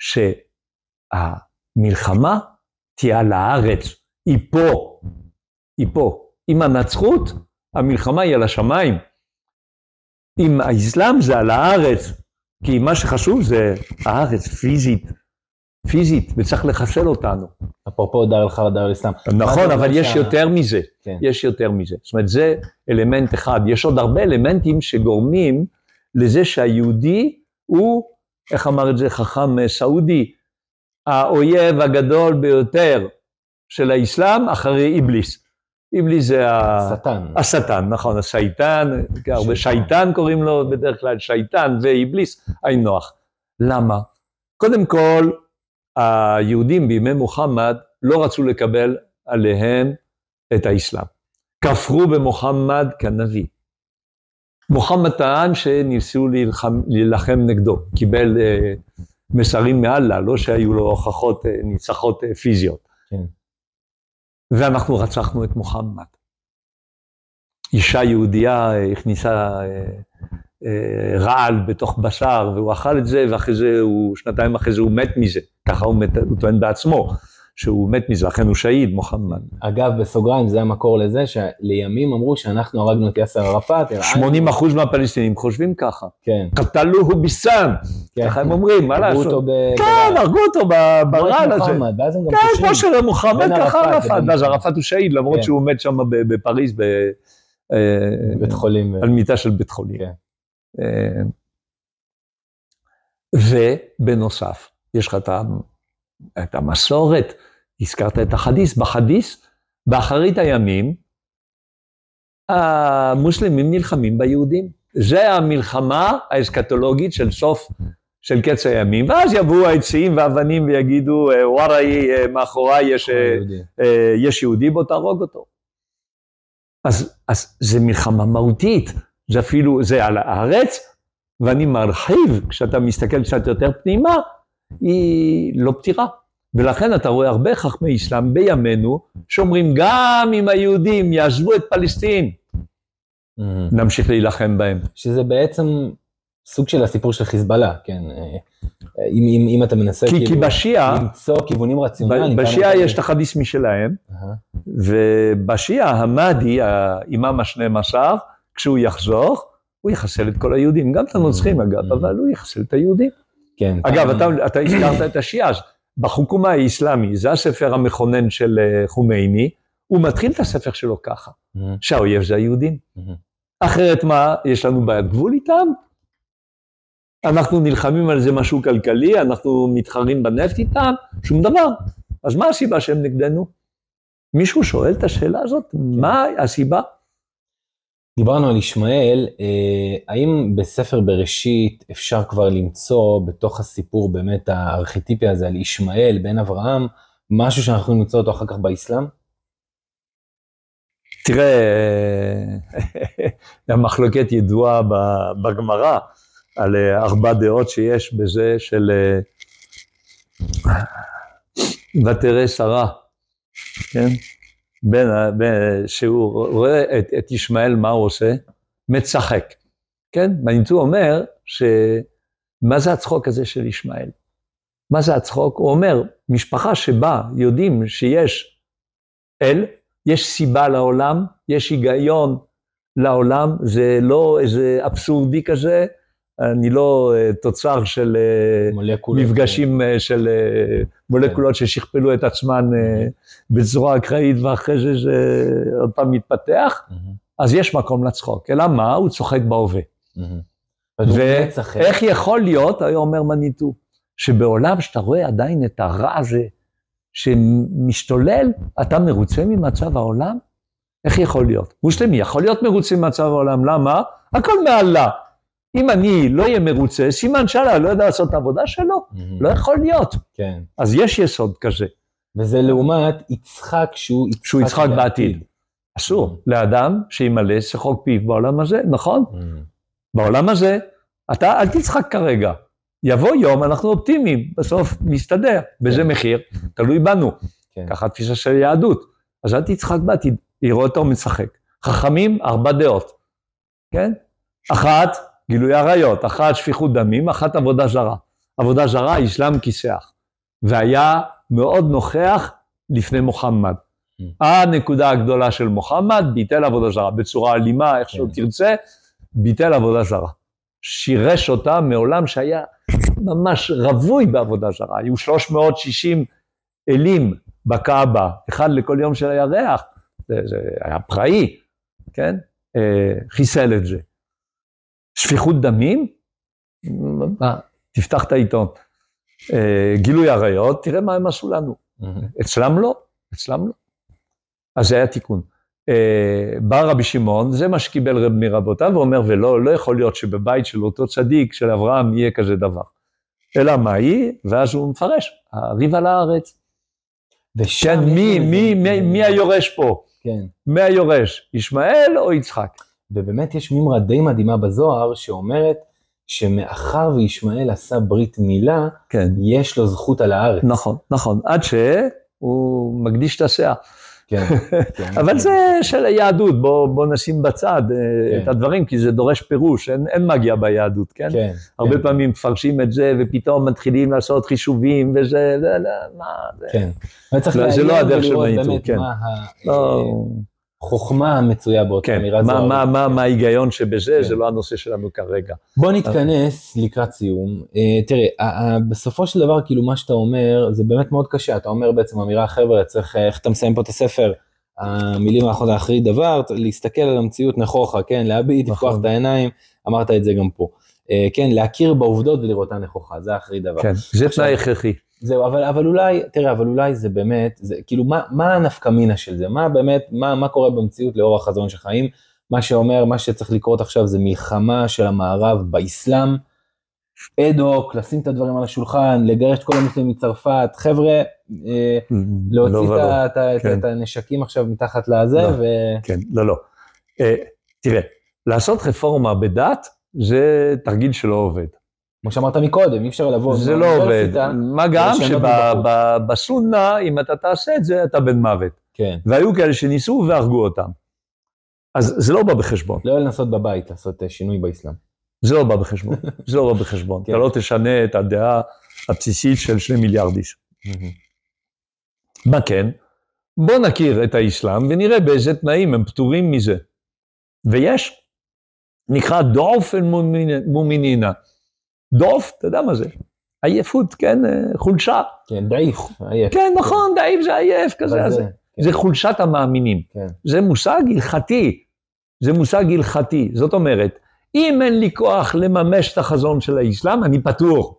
שהמלחמה תהיה על הארץ, היא פה, היא פה. עם הנצחות, המלחמה היא על השמיים. עם האסלאם זה על הארץ, כי מה שחשוב זה הארץ פיזית, פיזית, וצריך לחסל אותנו. אפרופו דר אל-חרא, דר אל-אסלאם. נכון, אבל יש יותר מזה, יש יותר מזה. זאת אומרת, זה אלמנט אחד. יש עוד הרבה אלמנטים שגורמים לזה שהיהודי הוא, איך אמר את זה חכם סעודי, האויב הגדול ביותר של האסלאם אחרי איבליס. איבליס זה השטן. השטן, נכון, השייטן, הרבה שייטן קוראים לו בדרך כלל, שייטן ואיבליס, אין נוח. למה? קודם כל, היהודים בימי מוחמד לא רצו לקבל עליהם את האסלאם. כפרו במוחמד כנביא. מוחמד טען שניסו להילחם, להילחם נגדו, קיבל אה, מסרים מעלה, לא שהיו לו הוכחות, אה, ניצחות אה, פיזיות. כן. ואנחנו רצחנו את מוחמד. אישה יהודייה הכניסה אה, אה, רעל בתוך בשר, והוא אכל את זה, ואחרי זה, הוא, שנתיים אחרי זה הוא מת מזה. ככה הוא, מת, הוא טוען בעצמו, שהוא מת מזה, לכן הוא שהיד, מוחמד. אגב, בסוגריים, זה המקור לזה, שלימים אמרו שאנחנו הרגנו את יאסר ערפאת. שמונים אחוז מהפלסטינים חושבים ככה. כן. קטלוהו ביסן. ככה הם אומרים, מה לעשות? כן, הרגו אותו ברעל הזה. כן, כמו של מוחמד, ככה ערפאת. אז ערפאת הוא שהיד, למרות שהוא מת שם בפריז, בבית חולים. על מיטה של בית חולים. ובנוסף, יש לך את המסורת, הזכרת את החדיס, בחדיס, באחרית הימים, המוסלמים נלחמים ביהודים. זה המלחמה האסקטולוגית של סוף, של קץ הימים, ואז יבואו העצים והאבנים ויגידו, וואראי, מאחוריי יש, יש יהודי, בוא תהרוג אותו. אז, אז זה מלחמה מהותית, זה אפילו, זה על הארץ, ואני מרחיב, כשאתה מסתכל קצת יותר פנימה, היא לא פתירה. ולכן אתה רואה הרבה חכמי אסלאם בימינו, שאומרים גם אם היהודים יעזבו את פלסטין, mm-hmm. נמשיך להילחם בהם. שזה בעצם סוג של הסיפור של חיזבאללה, כן. אם, אם, אם אתה מנסה כי, כאילו, כי בשיעה, למצוא כיוונים רציונליים. בשיעה יש את החדיס משלהם, uh-huh. ובשיעה המהדי, האימאם ה-שנים עשר, כשהוא יחזור, הוא יחסל את כל היהודים, גם את הנוצרים mm-hmm. אגב, אבל הוא יחסל את היהודים. כן. אגב, אתה, אתה הזכרת את השיעה, בחוקומה האסלאמי, זה הספר המכונן של חומייני, הוא מתחיל את הספר שלו ככה, mm-hmm. שהאויב זה היהודים. Mm-hmm. אחרת מה, יש לנו בעיית גבול איתם? אנחנו נלחמים על זה משהו כלכלי, אנחנו מתחרים בנפט איתם, שום דבר. אז מה הסיבה שהם נגדנו? מישהו שואל את השאלה הזאת? כן. מה הסיבה? דיברנו על ישמעאל, האם בספר בראשית אפשר כבר למצוא בתוך הסיפור באמת הארכיטיפי הזה על ישמעאל בן אברהם, משהו שאנחנו יכולים למצוא אותו אחר כך באסלאם? תראה, המחלוקת ידועה בגמרא, על ארבע דעות שיש בזה של ותראה שרה, כן? בין, בין, שהוא רואה את, את ישמעאל, מה הוא עושה? מצחק, כן? מניטו אומר, שמה זה הצחוק הזה של ישמעאל? מה זה הצחוק? הוא אומר, משפחה שבה יודעים שיש אל, יש סיבה לעולם, יש היגיון לעולם, זה לא איזה אבסורדי כזה, אני לא תוצר של מולקולות. מפגשים של מולקולות ששכפלו את עצמן בצורה אקראית, ואחרי זה זה עוד פעם מתפתח, אז יש מקום לצחוק. אלא מה? הוא צוחק בהווה. ואיך יכול להיות, היה אומר מניטו, שבעולם שאתה רואה עדיין את הרע הזה, שמשתולל, אתה מרוצה ממצב העולם? איך יכול להיות? מוסלמי יכול להיות מרוצה מצב העולם, למה? הכל מעלה. אם אני לא אהיה מרוצה, סימן שאלה לא יודע לעשות את העבודה שלו, לא יכול להיות. כן. אז יש יסוד כזה. וזה לעומת יצחק שהוא יצחק, שהוא יצחק בעתיד. אסור לאדם שימלא שחוק פיו בעולם הזה, נכון? בעולם הזה, אתה אל תצחק כרגע. יבוא יום, אנחנו אופטימיים, בסוף מסתדר, בזה מחיר, תלוי בנו. ככה תפיסה של יהדות. אז אל תצחק בעתיד, יראו אותו משחק. חכמים, ארבע דעות. כן? אחת, גילוי עריות, אחת שפיכות דמים, אחת עבודה זרה. עבודה זרה, אסלאם כיסח. והיה מאוד נוכח לפני מוחמד. הנקודה הגדולה של מוחמד, ביטל עבודה זרה, בצורה אלימה, איך שהוא תרצה, ביטל עבודה זרה. שירש אותה מעולם שהיה ממש רבוי בעבודה זרה. היו שלוש מאות ושישים אלים בקאבה, אחד לכל יום של הירח, זה, זה היה פראי, כן? חיסל את זה. שפיכות דמים, מה? תפתח את העיתון. גילוי עריות, תראה מה הם עשו לנו. אצלם לא, אצלם לא. אז זה היה תיקון. בא רבי שמעון, זה מה שקיבל רב מרבותיו, ואומר, ולא, לא יכול להיות שבבית של אותו צדיק, של אברהם, יהיה כזה דבר. אלא מה היא? ואז הוא מפרש, הריב על הארץ. ושם מי, מי, מי, מי היורש פה? כן. מי היורש? ישמעאל או יצחק? ובאמת יש מימרה די מדהימה בזוהר, שאומרת שמאחר וישמעאל עשה ברית מילה, כן. יש לו זכות על הארץ. נכון, נכון, עד שהוא מקדיש את הסאה. כן, כן, אבל כן. זה של היהדות, בוא, בוא נשים בצד כן. את הדברים, כי זה דורש פירוש, אין, אין מגיע ביהדות, כן? כן. הרבה כן. פעמים מפרשים את זה, ופתאום מתחילים לעשות חישובים, וזה, לא, לא, מה זה? כן. לא, זה לא הדרך של העיתור, כן. מה לא. החוכמה המצויה באותה כן, אמירה מה, זו. מה, מה, מה ההיגיון שבזה, כן. זה לא הנושא שלנו כרגע. בוא נתכנס לקראת סיום. תראה, בסופו של דבר, כאילו מה שאתה אומר, זה באמת מאוד קשה. אתה אומר בעצם אמירה, חבר'ה, צריך, איך אתה מסיים פה את הספר, המילים האחרות האחרי דבר, להסתכל על המציאות נכוחה, כן, להביט, לפקוח את העיניים, אמרת את זה גם פה. כן, להכיר בעובדות ולראותה נכוחה, זה האחרי דבר. כן, זה תנאי הכרחי. זהו, אבל, אבל אולי, תראה, אבל אולי זה באמת, זה, כאילו, מה, מה הנפקמינה של זה? מה באמת, מה, מה קורה במציאות לאור החזון של חיים? מה שאומר, מה שצריך לקרות עכשיו זה מלחמה של המערב באסלאם, אדוק, לשים את הדברים על השולחן, לגרש את כל המוסלמים מצרפת, חבר'ה, אה, להוציא לא, את, לא, את, את, כן. את הנשקים עכשיו מתחת לזה, לא, ו... כן, לא, לא. אה, תראה, לעשות רפורמה בדת, זה תרגיל שלא עובד. כמו שאמרת מקודם, אי אפשר לבוא... זה לא עובד. מה גם שבסונה, אם אתה תעשה את זה, אתה בן מוות. כן. והיו כאלה שניסו והרגו אותם. אז זה לא בא בחשבון. לא לנסות בבית, לעשות שינוי באסלאם. זה לא בא בחשבון. זה לא בא בחשבון. אתה לא תשנה את הדעה הבסיסית של שני מיליארד איש. מה כן? בוא נכיר את האסלאם ונראה באיזה תנאים הם פטורים מזה. ויש, נקרא דעוף אל מומינינה. דעוף, אתה יודע מה זה? עייפות, כן? חולשה. כן, דעיף, עייף. כן, נכון, דעיף זה עייף כזה. זה, זה, כן. זה חולשת המאמינים. כן. זה מושג הלכתי. זה מושג הלכתי. זאת אומרת, אם אין לי כוח לממש את החזון של האסלאם, אני פטור.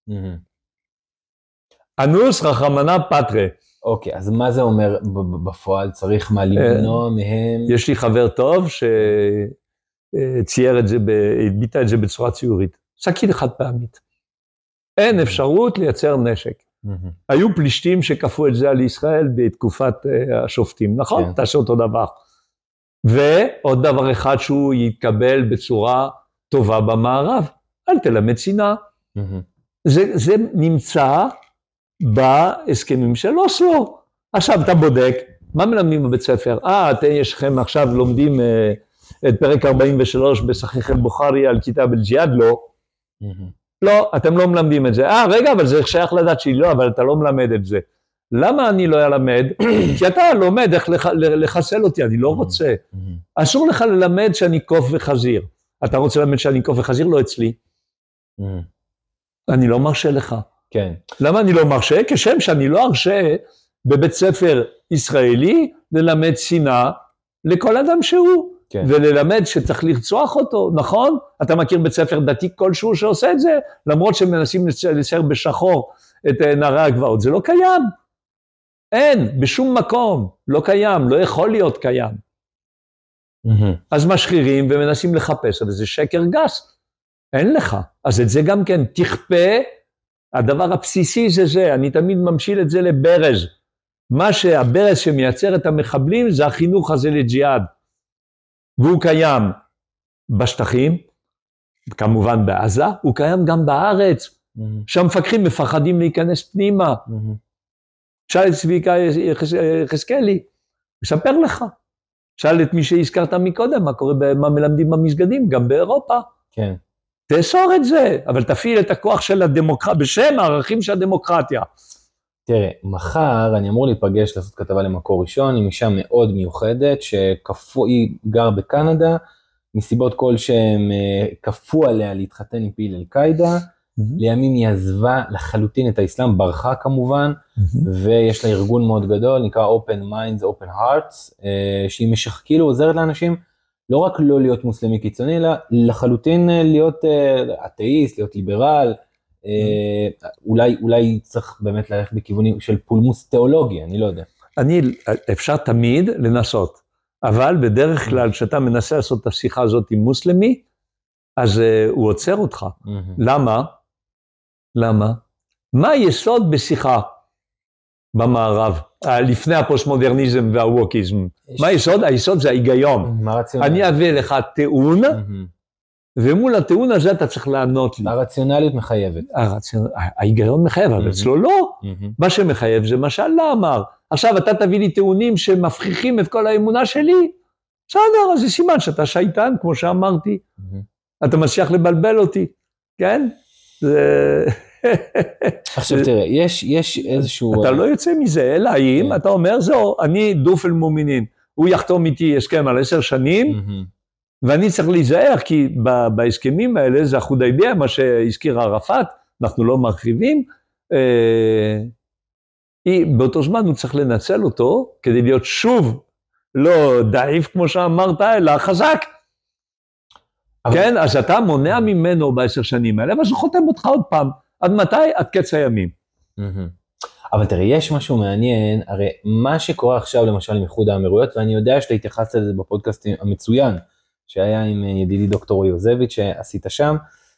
אנוס רחמנא פטרי. אוקיי, אז מה זה אומר בפועל? צריך מה למנוע מהם? יש לי חבר טוב שצייר את זה, ביטא את זה בצורה ציורית. שקית חד פעמית. אין אפשרות לייצר נשק. היו פלישתים שכפו את זה על ישראל בתקופת השופטים, נכון? תעשה אותו דבר. ועוד דבר אחד שהוא יתקבל בצורה טובה במערב, אל תלמד שנאה. זה, זה נמצא בהסכמים של אוסלו. עכשיו אתה בודק, מה מלמדים בבית ספר? אה, אתם יש לכם עכשיו לומדים אה, את פרק ארבעים ושלוש בסחיח אל-בוכרי על כיתב אל-ג'יהאד? לא. לא, אתם לא מלמדים את זה. אה, רגע, אבל זה שייך לדעת שהיא לא, אבל אתה לא מלמד את זה. למה אני לא אלמד? כי אתה לומד איך לח, לחסל אותי, אני לא רוצה. אסור לך ללמד שאני קוף וחזיר. אתה רוצה ללמד שאני קוף וחזיר? לא אצלי. אני לא מרשה לך. כן. למה אני לא מרשה? כשם שאני לא ארשה בבית ספר ישראלי ללמד שנאה לכל אדם שהוא. כן. וללמד שצריך לרצוח אותו, נכון? אתה מכיר בית ספר דתי כלשהו שעושה את זה, למרות שמנסים לצייר בשחור את נערי הגבעות. זה לא קיים. אין, בשום מקום, לא קיים, לא יכול להיות קיים. אז משחירים ומנסים לחפש, אבל זה שקר גס. אין לך. אז את זה גם כן תכפה, הדבר הבסיסי זה זה, אני תמיד ממשיל את זה לברז. מה שהברז שמייצר את המחבלים זה החינוך הזה לג'יהאד. והוא קיים בשטחים, כמובן בעזה, הוא קיים גם בארץ, mm-hmm. שהמפקחים מפחדים להיכנס פנימה. Mm-hmm. שאל את צביקה חזקאלי, מספר לך. שאל את מי שהזכרת מקודם, מה קורה, מה מלמדים במסגדים, גם באירופה. כן. תאסור את זה, אבל תפעיל את הכוח של הדמוקרטיה, בשם הערכים של הדמוקרטיה. תראה, מחר אני אמור להיפגש לעשות כתבה למקור ראשון, עם אישה מאוד מיוחדת, שהיא גר בקנדה, מסיבות כלשהם כפו עליה להתחתן עם פעיל אל-קאידה, mm-hmm. לימים היא עזבה לחלוטין את האסלאם, ברחה כמובן, mm-hmm. ויש לה ארגון מאוד גדול, נקרא Open Minds, Open Hearts, שהיא משך, כאילו עוזרת לאנשים, לא רק לא להיות מוסלמי קיצוני, אלא לחלוטין להיות אתאיסט, להיות ליברל, mm-hmm. אולי, אולי צריך באמת ללכת בכיוונים של פולמוס תיאולוגי, אני לא יודע. אני, אפשר תמיד לנסות. אבל בדרך כלל, כשאתה מנסה לעשות את השיחה הזאת עם מוסלמי, אז uh, הוא עוצר אותך. Mm-hmm. למה? למה? מה היסוד בשיחה במערב, לפני הפוסט-מודרניזם והווקיזם? מה היסוד? היסוד זה ההיגיון. מה רציונל? אני אביא לך טיעון, mm-hmm. ומול הטיעון הזה אתה צריך לענות לי. הרציונליות מחייבת. הרציונל, ההיגיון מחייב, אבל אצלו לא. מה שמחייב זה מה שאללה אמר. עכשיו אתה תביא לי טיעונים שמפחיכים את כל האמונה שלי, בסדר, אז זה סימן שאתה שייטן, כמו שאמרתי. אתה מצליח לבלבל אותי, כן? עכשיו תראה, יש איזשהו... אתה לא יוצא מזה, אלא אם אתה אומר, זהו, אני דופל מומינין, הוא יחתום איתי הסכם על עשר שנים, ואני צריך להיזהר, כי בהסכמים האלה, זה החודייביה, מה שהזכיר ערפאת, אנחנו לא מרחיבים, באותו זמן הוא צריך לנצל אותו, כדי להיות שוב לא דעיף כמו שאמרת, אלא חזק. כן, אז אתה מונע ממנו בעשר שנים האלה, ואז הוא חותם אותך עוד פעם. עד מתי? עד קץ הימים. אבל תראה, יש משהו מעניין, הרי מה שקורה עכשיו למשל עם איחוד האמירויות, ואני יודע שאתה התייחסת לזה בפודקאסט המצוין, שהיה עם ידידי דוקטור יוזביץ' שעשית שם,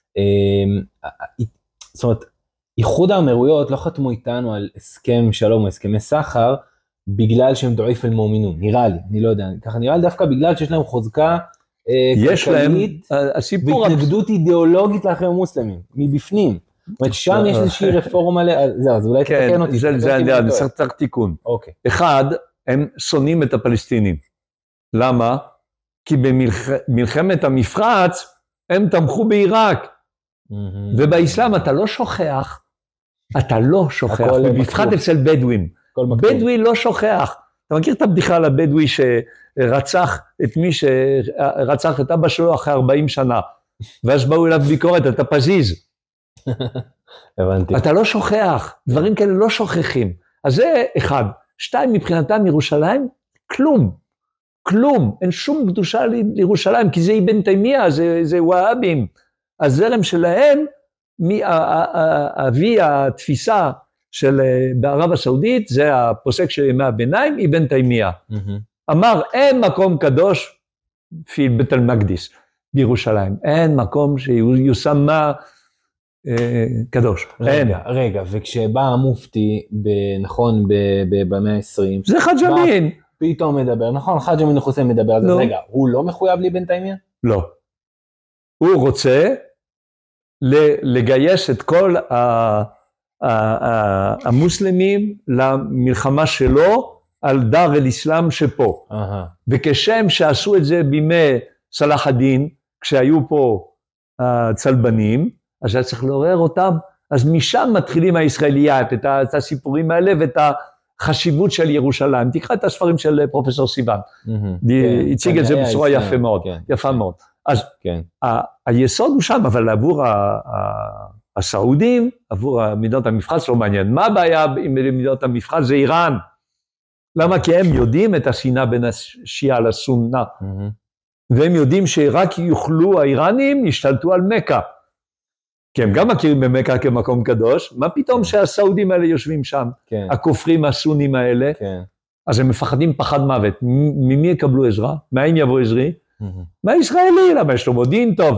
זאת אומרת, איחוד האמירויות לא חתמו איתנו על הסכם שלום או הסכמי סחר, בגלל שהם דועיף אל מומינון, נראה לי, אני לא יודע, ככה נראה לי דווקא בגלל שיש להם חוזקה יש להם, הסיפור והתנגדות אידיאולוגית לאחרים המוסלמים, מבפנים. זאת אומרת, שם יש איזושהי רפורמה, זהו, אז אולי תתקן אותי. כן, זה אני צריך תיקון. אחד, הם שונאים את הפלסטינים. למה? כי במלחמת המפרץ, הם תמכו בעיראק. ובאסלאם אתה לא שוכח, אתה לא שוכח, ובפחד אצל בדואים. בדואי לא שוכח. אתה מכיר את הבדיחה על הבדואי שרצח את מי שרצח את אבא שלו אחרי ארבעים שנה, ואז באו אליו ביקורת, אתה פזיז. הבנתי. אתה לא שוכח, דברים כאלה לא שוכחים. אז זה אחד. שתיים, מבחינתם ירושלים, כלום. כלום. אין שום קדושה לירושלים, כי זה אבן תימיה, זה, זה וואבים. הזרם שלהם, אבי התפיסה של בערב הסעודית, זה הפוסק של ימי הביניים, אבן תימיה. אמר, אין מקום קדוש, פי בית אל-מקדיס, בירושלים. אין מקום שיושמה קדוש. רגע, רגע, וכשבא המופתי, נכון, במאה ה-עשרים, זה חאג' אמין. פתאום מדבר, נכון, חאג' אמין חוסיין מדבר, אז רגע, הוא לא מחויב לאבן תימיה? לא. הוא רוצה לגייס את כל המוסלמים למלחמה שלו על דר אל-אסלאם שפה. וכשם שעשו את זה בימי סלאח א-דין, כשהיו פה הצלבנים, אז היה צריך לעורר אותם, אז משם מתחילים הישראליית, את הסיפורים האלה ואת החשיבות של ירושלים. תקרא את הספרים של פרופסור סיוון, הציג את זה בצורה יפה מאוד, יפה מאוד. אז היסוד הוא שם, אבל עבור הסעודים, עבור מדינות המפרץ לא מעניין. מה הבעיה עם מדינות המפרץ? זה איראן. למה? כי הם יודעים את השנאה בין השיעה לסונה, והם יודעים שרק יוכלו האיראנים, ישתלטו על מקה. כי הם גם מכירים במקה כמקום קדוש, מה פתאום שהסעודים האלה יושבים שם, הכופרים הסונים האלה, אז הם מפחדים פחד מוות. ממי יקבלו עזרה? מאין יבוא עזרי? מהישראלי, למה יש לו מודיעין טוב.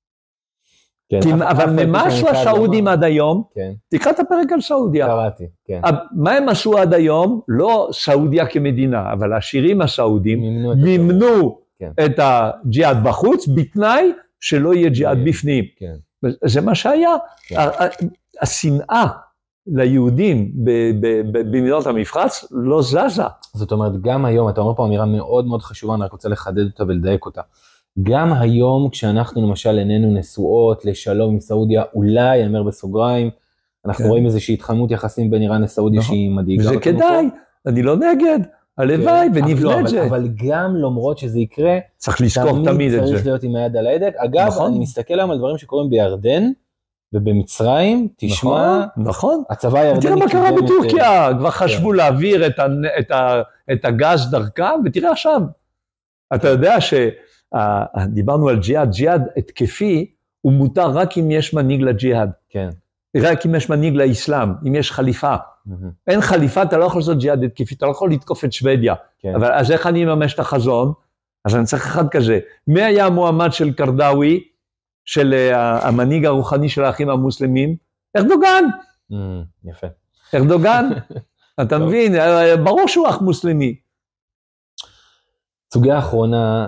אבל ממה עשו הסעודים עד היום? תקרא את הפרק על סעודיה. קראתי, כן. מה הם עשו עד היום? לא סעודיה כמדינה, אבל העשירים הסעודים מימנו את הג'יהאד בחוץ, בתנאי שלא יהיה ג'יהאד בפנים. זה מה שהיה. השנאה ליהודים במדינות המפרץ לא זזה. זאת אומרת, גם היום, אתה אומר פה אמירה מאוד מאוד חשובה, אני רק רוצה לחדד אותה ולדייק אותה. גם היום, כשאנחנו למשל איננו נשואות לשלום עם סעודיה, אולי, אני אומר בסוגריים, אנחנו רואים איזושהי התחממות יחסים בין איראן לסעודיה שהיא מדאיגה. זה כדאי, אני לא נגד, הלוואי ונבנה את זה. אבל גם למרות שזה יקרה, צריך לזכור תמיד את זה. צריך להיות עם היד על ההדק. אגב, אני מסתכל היום על דברים שקורים בירדן, ובמצרים, תשמע, נכון. הצבא הירדני... תראה מה קרה בטורקיה, כבר חשבו להעביר את הגז דרכם, ותראה עכשיו, אתה יודע ש... דיברנו על ג'יהאד, ג'יהאד התקפי, הוא מותר רק אם יש מנהיג לג'יהאד. כן. רק אם יש מנהיג לאסלאם, אם יש חליפה. אין חליפה, אתה לא יכול לעשות ג'יהאד התקפי, אתה לא יכול לתקוף את שוודיה. אבל אז איך אני ממש את החזון? אז אני צריך אחד כזה. מי היה המועמד של קרדאווי, של המנהיג הרוחני של האחים המוסלמים? ארדוגן. יפה. ארדוגן. אתה מבין, ברור שהוא אח מוסלמי. סוגיה האחרונה,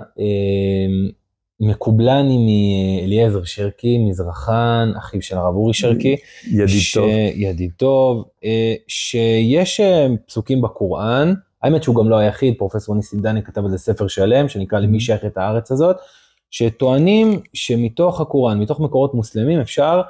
מקובלני מאליעזר שרקי, מזרחן, אחיו של הרב אורי שרקי. ידיד טוב. ידיד טוב, שיש פסוקים בקוראן, האמת שהוא גם לא היחיד, פרופסור ניסים דני כתב על זה ספר שלם, שנקרא למי שייך את הארץ הזאת, שטוענים שמתוך הקוראן, מתוך מקורות מוסלמים, אפשר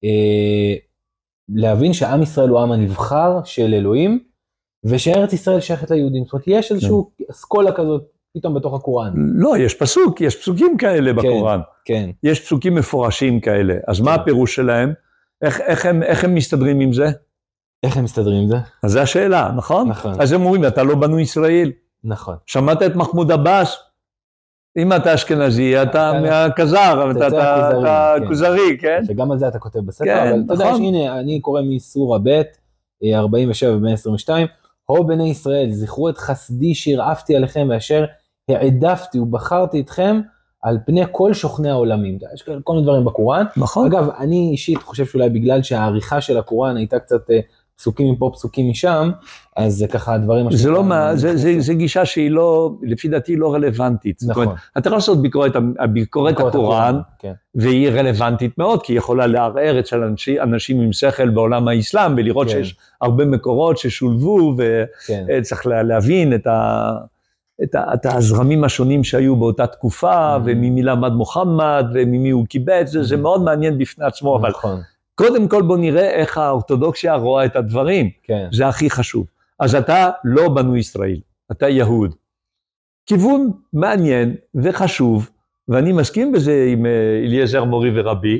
להבין שעם ישראל הוא העם הנבחר של אלוהים, ושארץ ישראל שייכת ליהודים. זאת אומרת, יש איזשהו אסכולה כזאת, פתאום בתוך הקוראן. לא, יש פסוק, יש פסוקים כאלה בקוראן. כן. יש פסוקים מפורשים כאלה. אז מה הפירוש שלהם? איך, איך הם, איך הם מסתדרים עם זה? איך הם מסתדרים עם זה? אז זו השאלה, נכון? נכון. אז הם אומרים, אתה לא בנו ישראל. נכון. שמעת את מחמוד עבאס? אם אתה אשכנזי, אתה מהכזר, אתה כוזרי, כן? שגם על זה אתה כותב בספר, אבל אתה יודע, הנה, אני קורא מסורה ב' ארבעים ושבע ו-מאה עשרים ושתיים, הו בני ישראל, זכרו את חסדי שהרעפתי עליכם, ואשר העדפתי ובחרתי אתכם על פני כל שוכני העולמים. יש כל מיני דברים בקוראן. נכון. אגב, אני אישית חושב שאולי בגלל שהעריכה של הקוראן הייתה קצת פסוקים מפה, פסוקים משם, אז זה ככה הדברים... זה לא מה, זה, זה, זה גישה שהיא לא, לפי דעתי לא רלוונטית. נכון. זאת אומרת, אתה יכול לעשות ביקורת, ביקורת הקוראן, כן. והיא רלוונטית מאוד, כי היא יכולה לערער אצל אנשים, אנשים עם שכל בעולם האסלאם, ולראות כן. שיש הרבה מקורות ששולבו, וצריך כן. להבין את ה... את, ה, את הזרמים השונים שהיו באותה תקופה, mm-hmm. וממי למד מוחמד, וממי הוא קיבץ, mm-hmm. זה מאוד מעניין בפני עצמו, נכון. אבל קודם כל בוא נראה איך האורתודוקסיה רואה את הדברים, כן. זה הכי חשוב. אז אתה לא בנו ישראל, אתה יהוד. כיוון מעניין וחשוב, ואני מסכים בזה עם אליעזר מורי ורבי,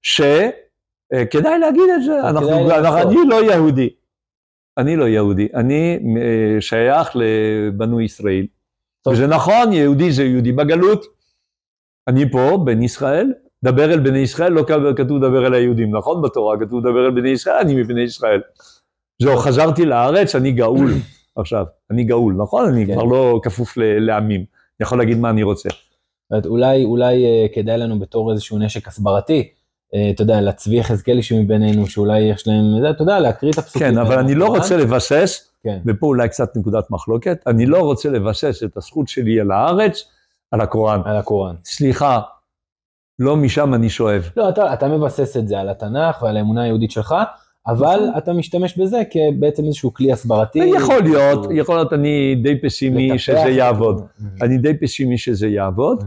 שכדאי להגיד את זה, אנחנו, אני לא יהודי. אני לא יהודי, אני שייך לבנו ישראל. טוב. וזה נכון, יהודי זה יהודי בגלות. אני פה, בן ישראל, דבר אל בני ישראל, לא כתוב דבר אל היהודים, נכון? בתורה כתוב דבר אל בני ישראל, אני מבני ישראל. זהו, חזרתי לארץ, אני גאול עכשיו, אני גאול, נכון? אני כן. כבר לא כפוף לעמים, אני יכול להגיד מה אני רוצה. אולי, אולי כדאי לנו בתור איזשהו נשק הסברתי, אתה יודע, לצבי יחזקאלי שמבינינו, שאולי יש להם, אתה יודע, להקריא את הפסוקים. כן, אבל אני לא רוצה לבסס, ופה אולי קצת נקודת מחלוקת, אני לא רוצה לבסס את הזכות שלי על הארץ, על הקוראן. על הקוראן. סליחה, לא משם אני שואב. לא, אתה, אתה מבסס את זה על התנ"ך ועל האמונה היהודית שלך, אבל אתה משתמש בזה כבעצם איזשהו כלי הסברתי. יכול להיות, יכול להיות, אני די פסימי שזה יעבוד. אני די פסימי שזה יעבוד,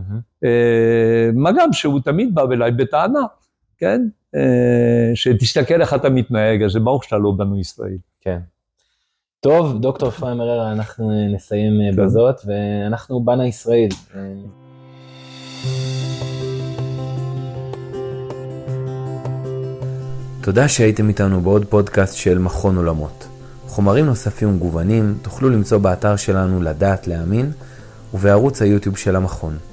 מה גם שהוא תמיד בא אליי בטענה. כן? שתסתכל איך אתה מתנהג, אז זה ברור שאתה לא בנו ישראל. כן. טוב, דוקטור אפרים הררה, אנחנו נסיים כן. בזאת, ואנחנו בנה ישראל. תודה שהייתם איתנו בעוד פודקאסט של מכון עולמות. חומרים נוספים ומגוונים תוכלו למצוא באתר שלנו לדעת להאמין, ובערוץ היוטיוב של המכון.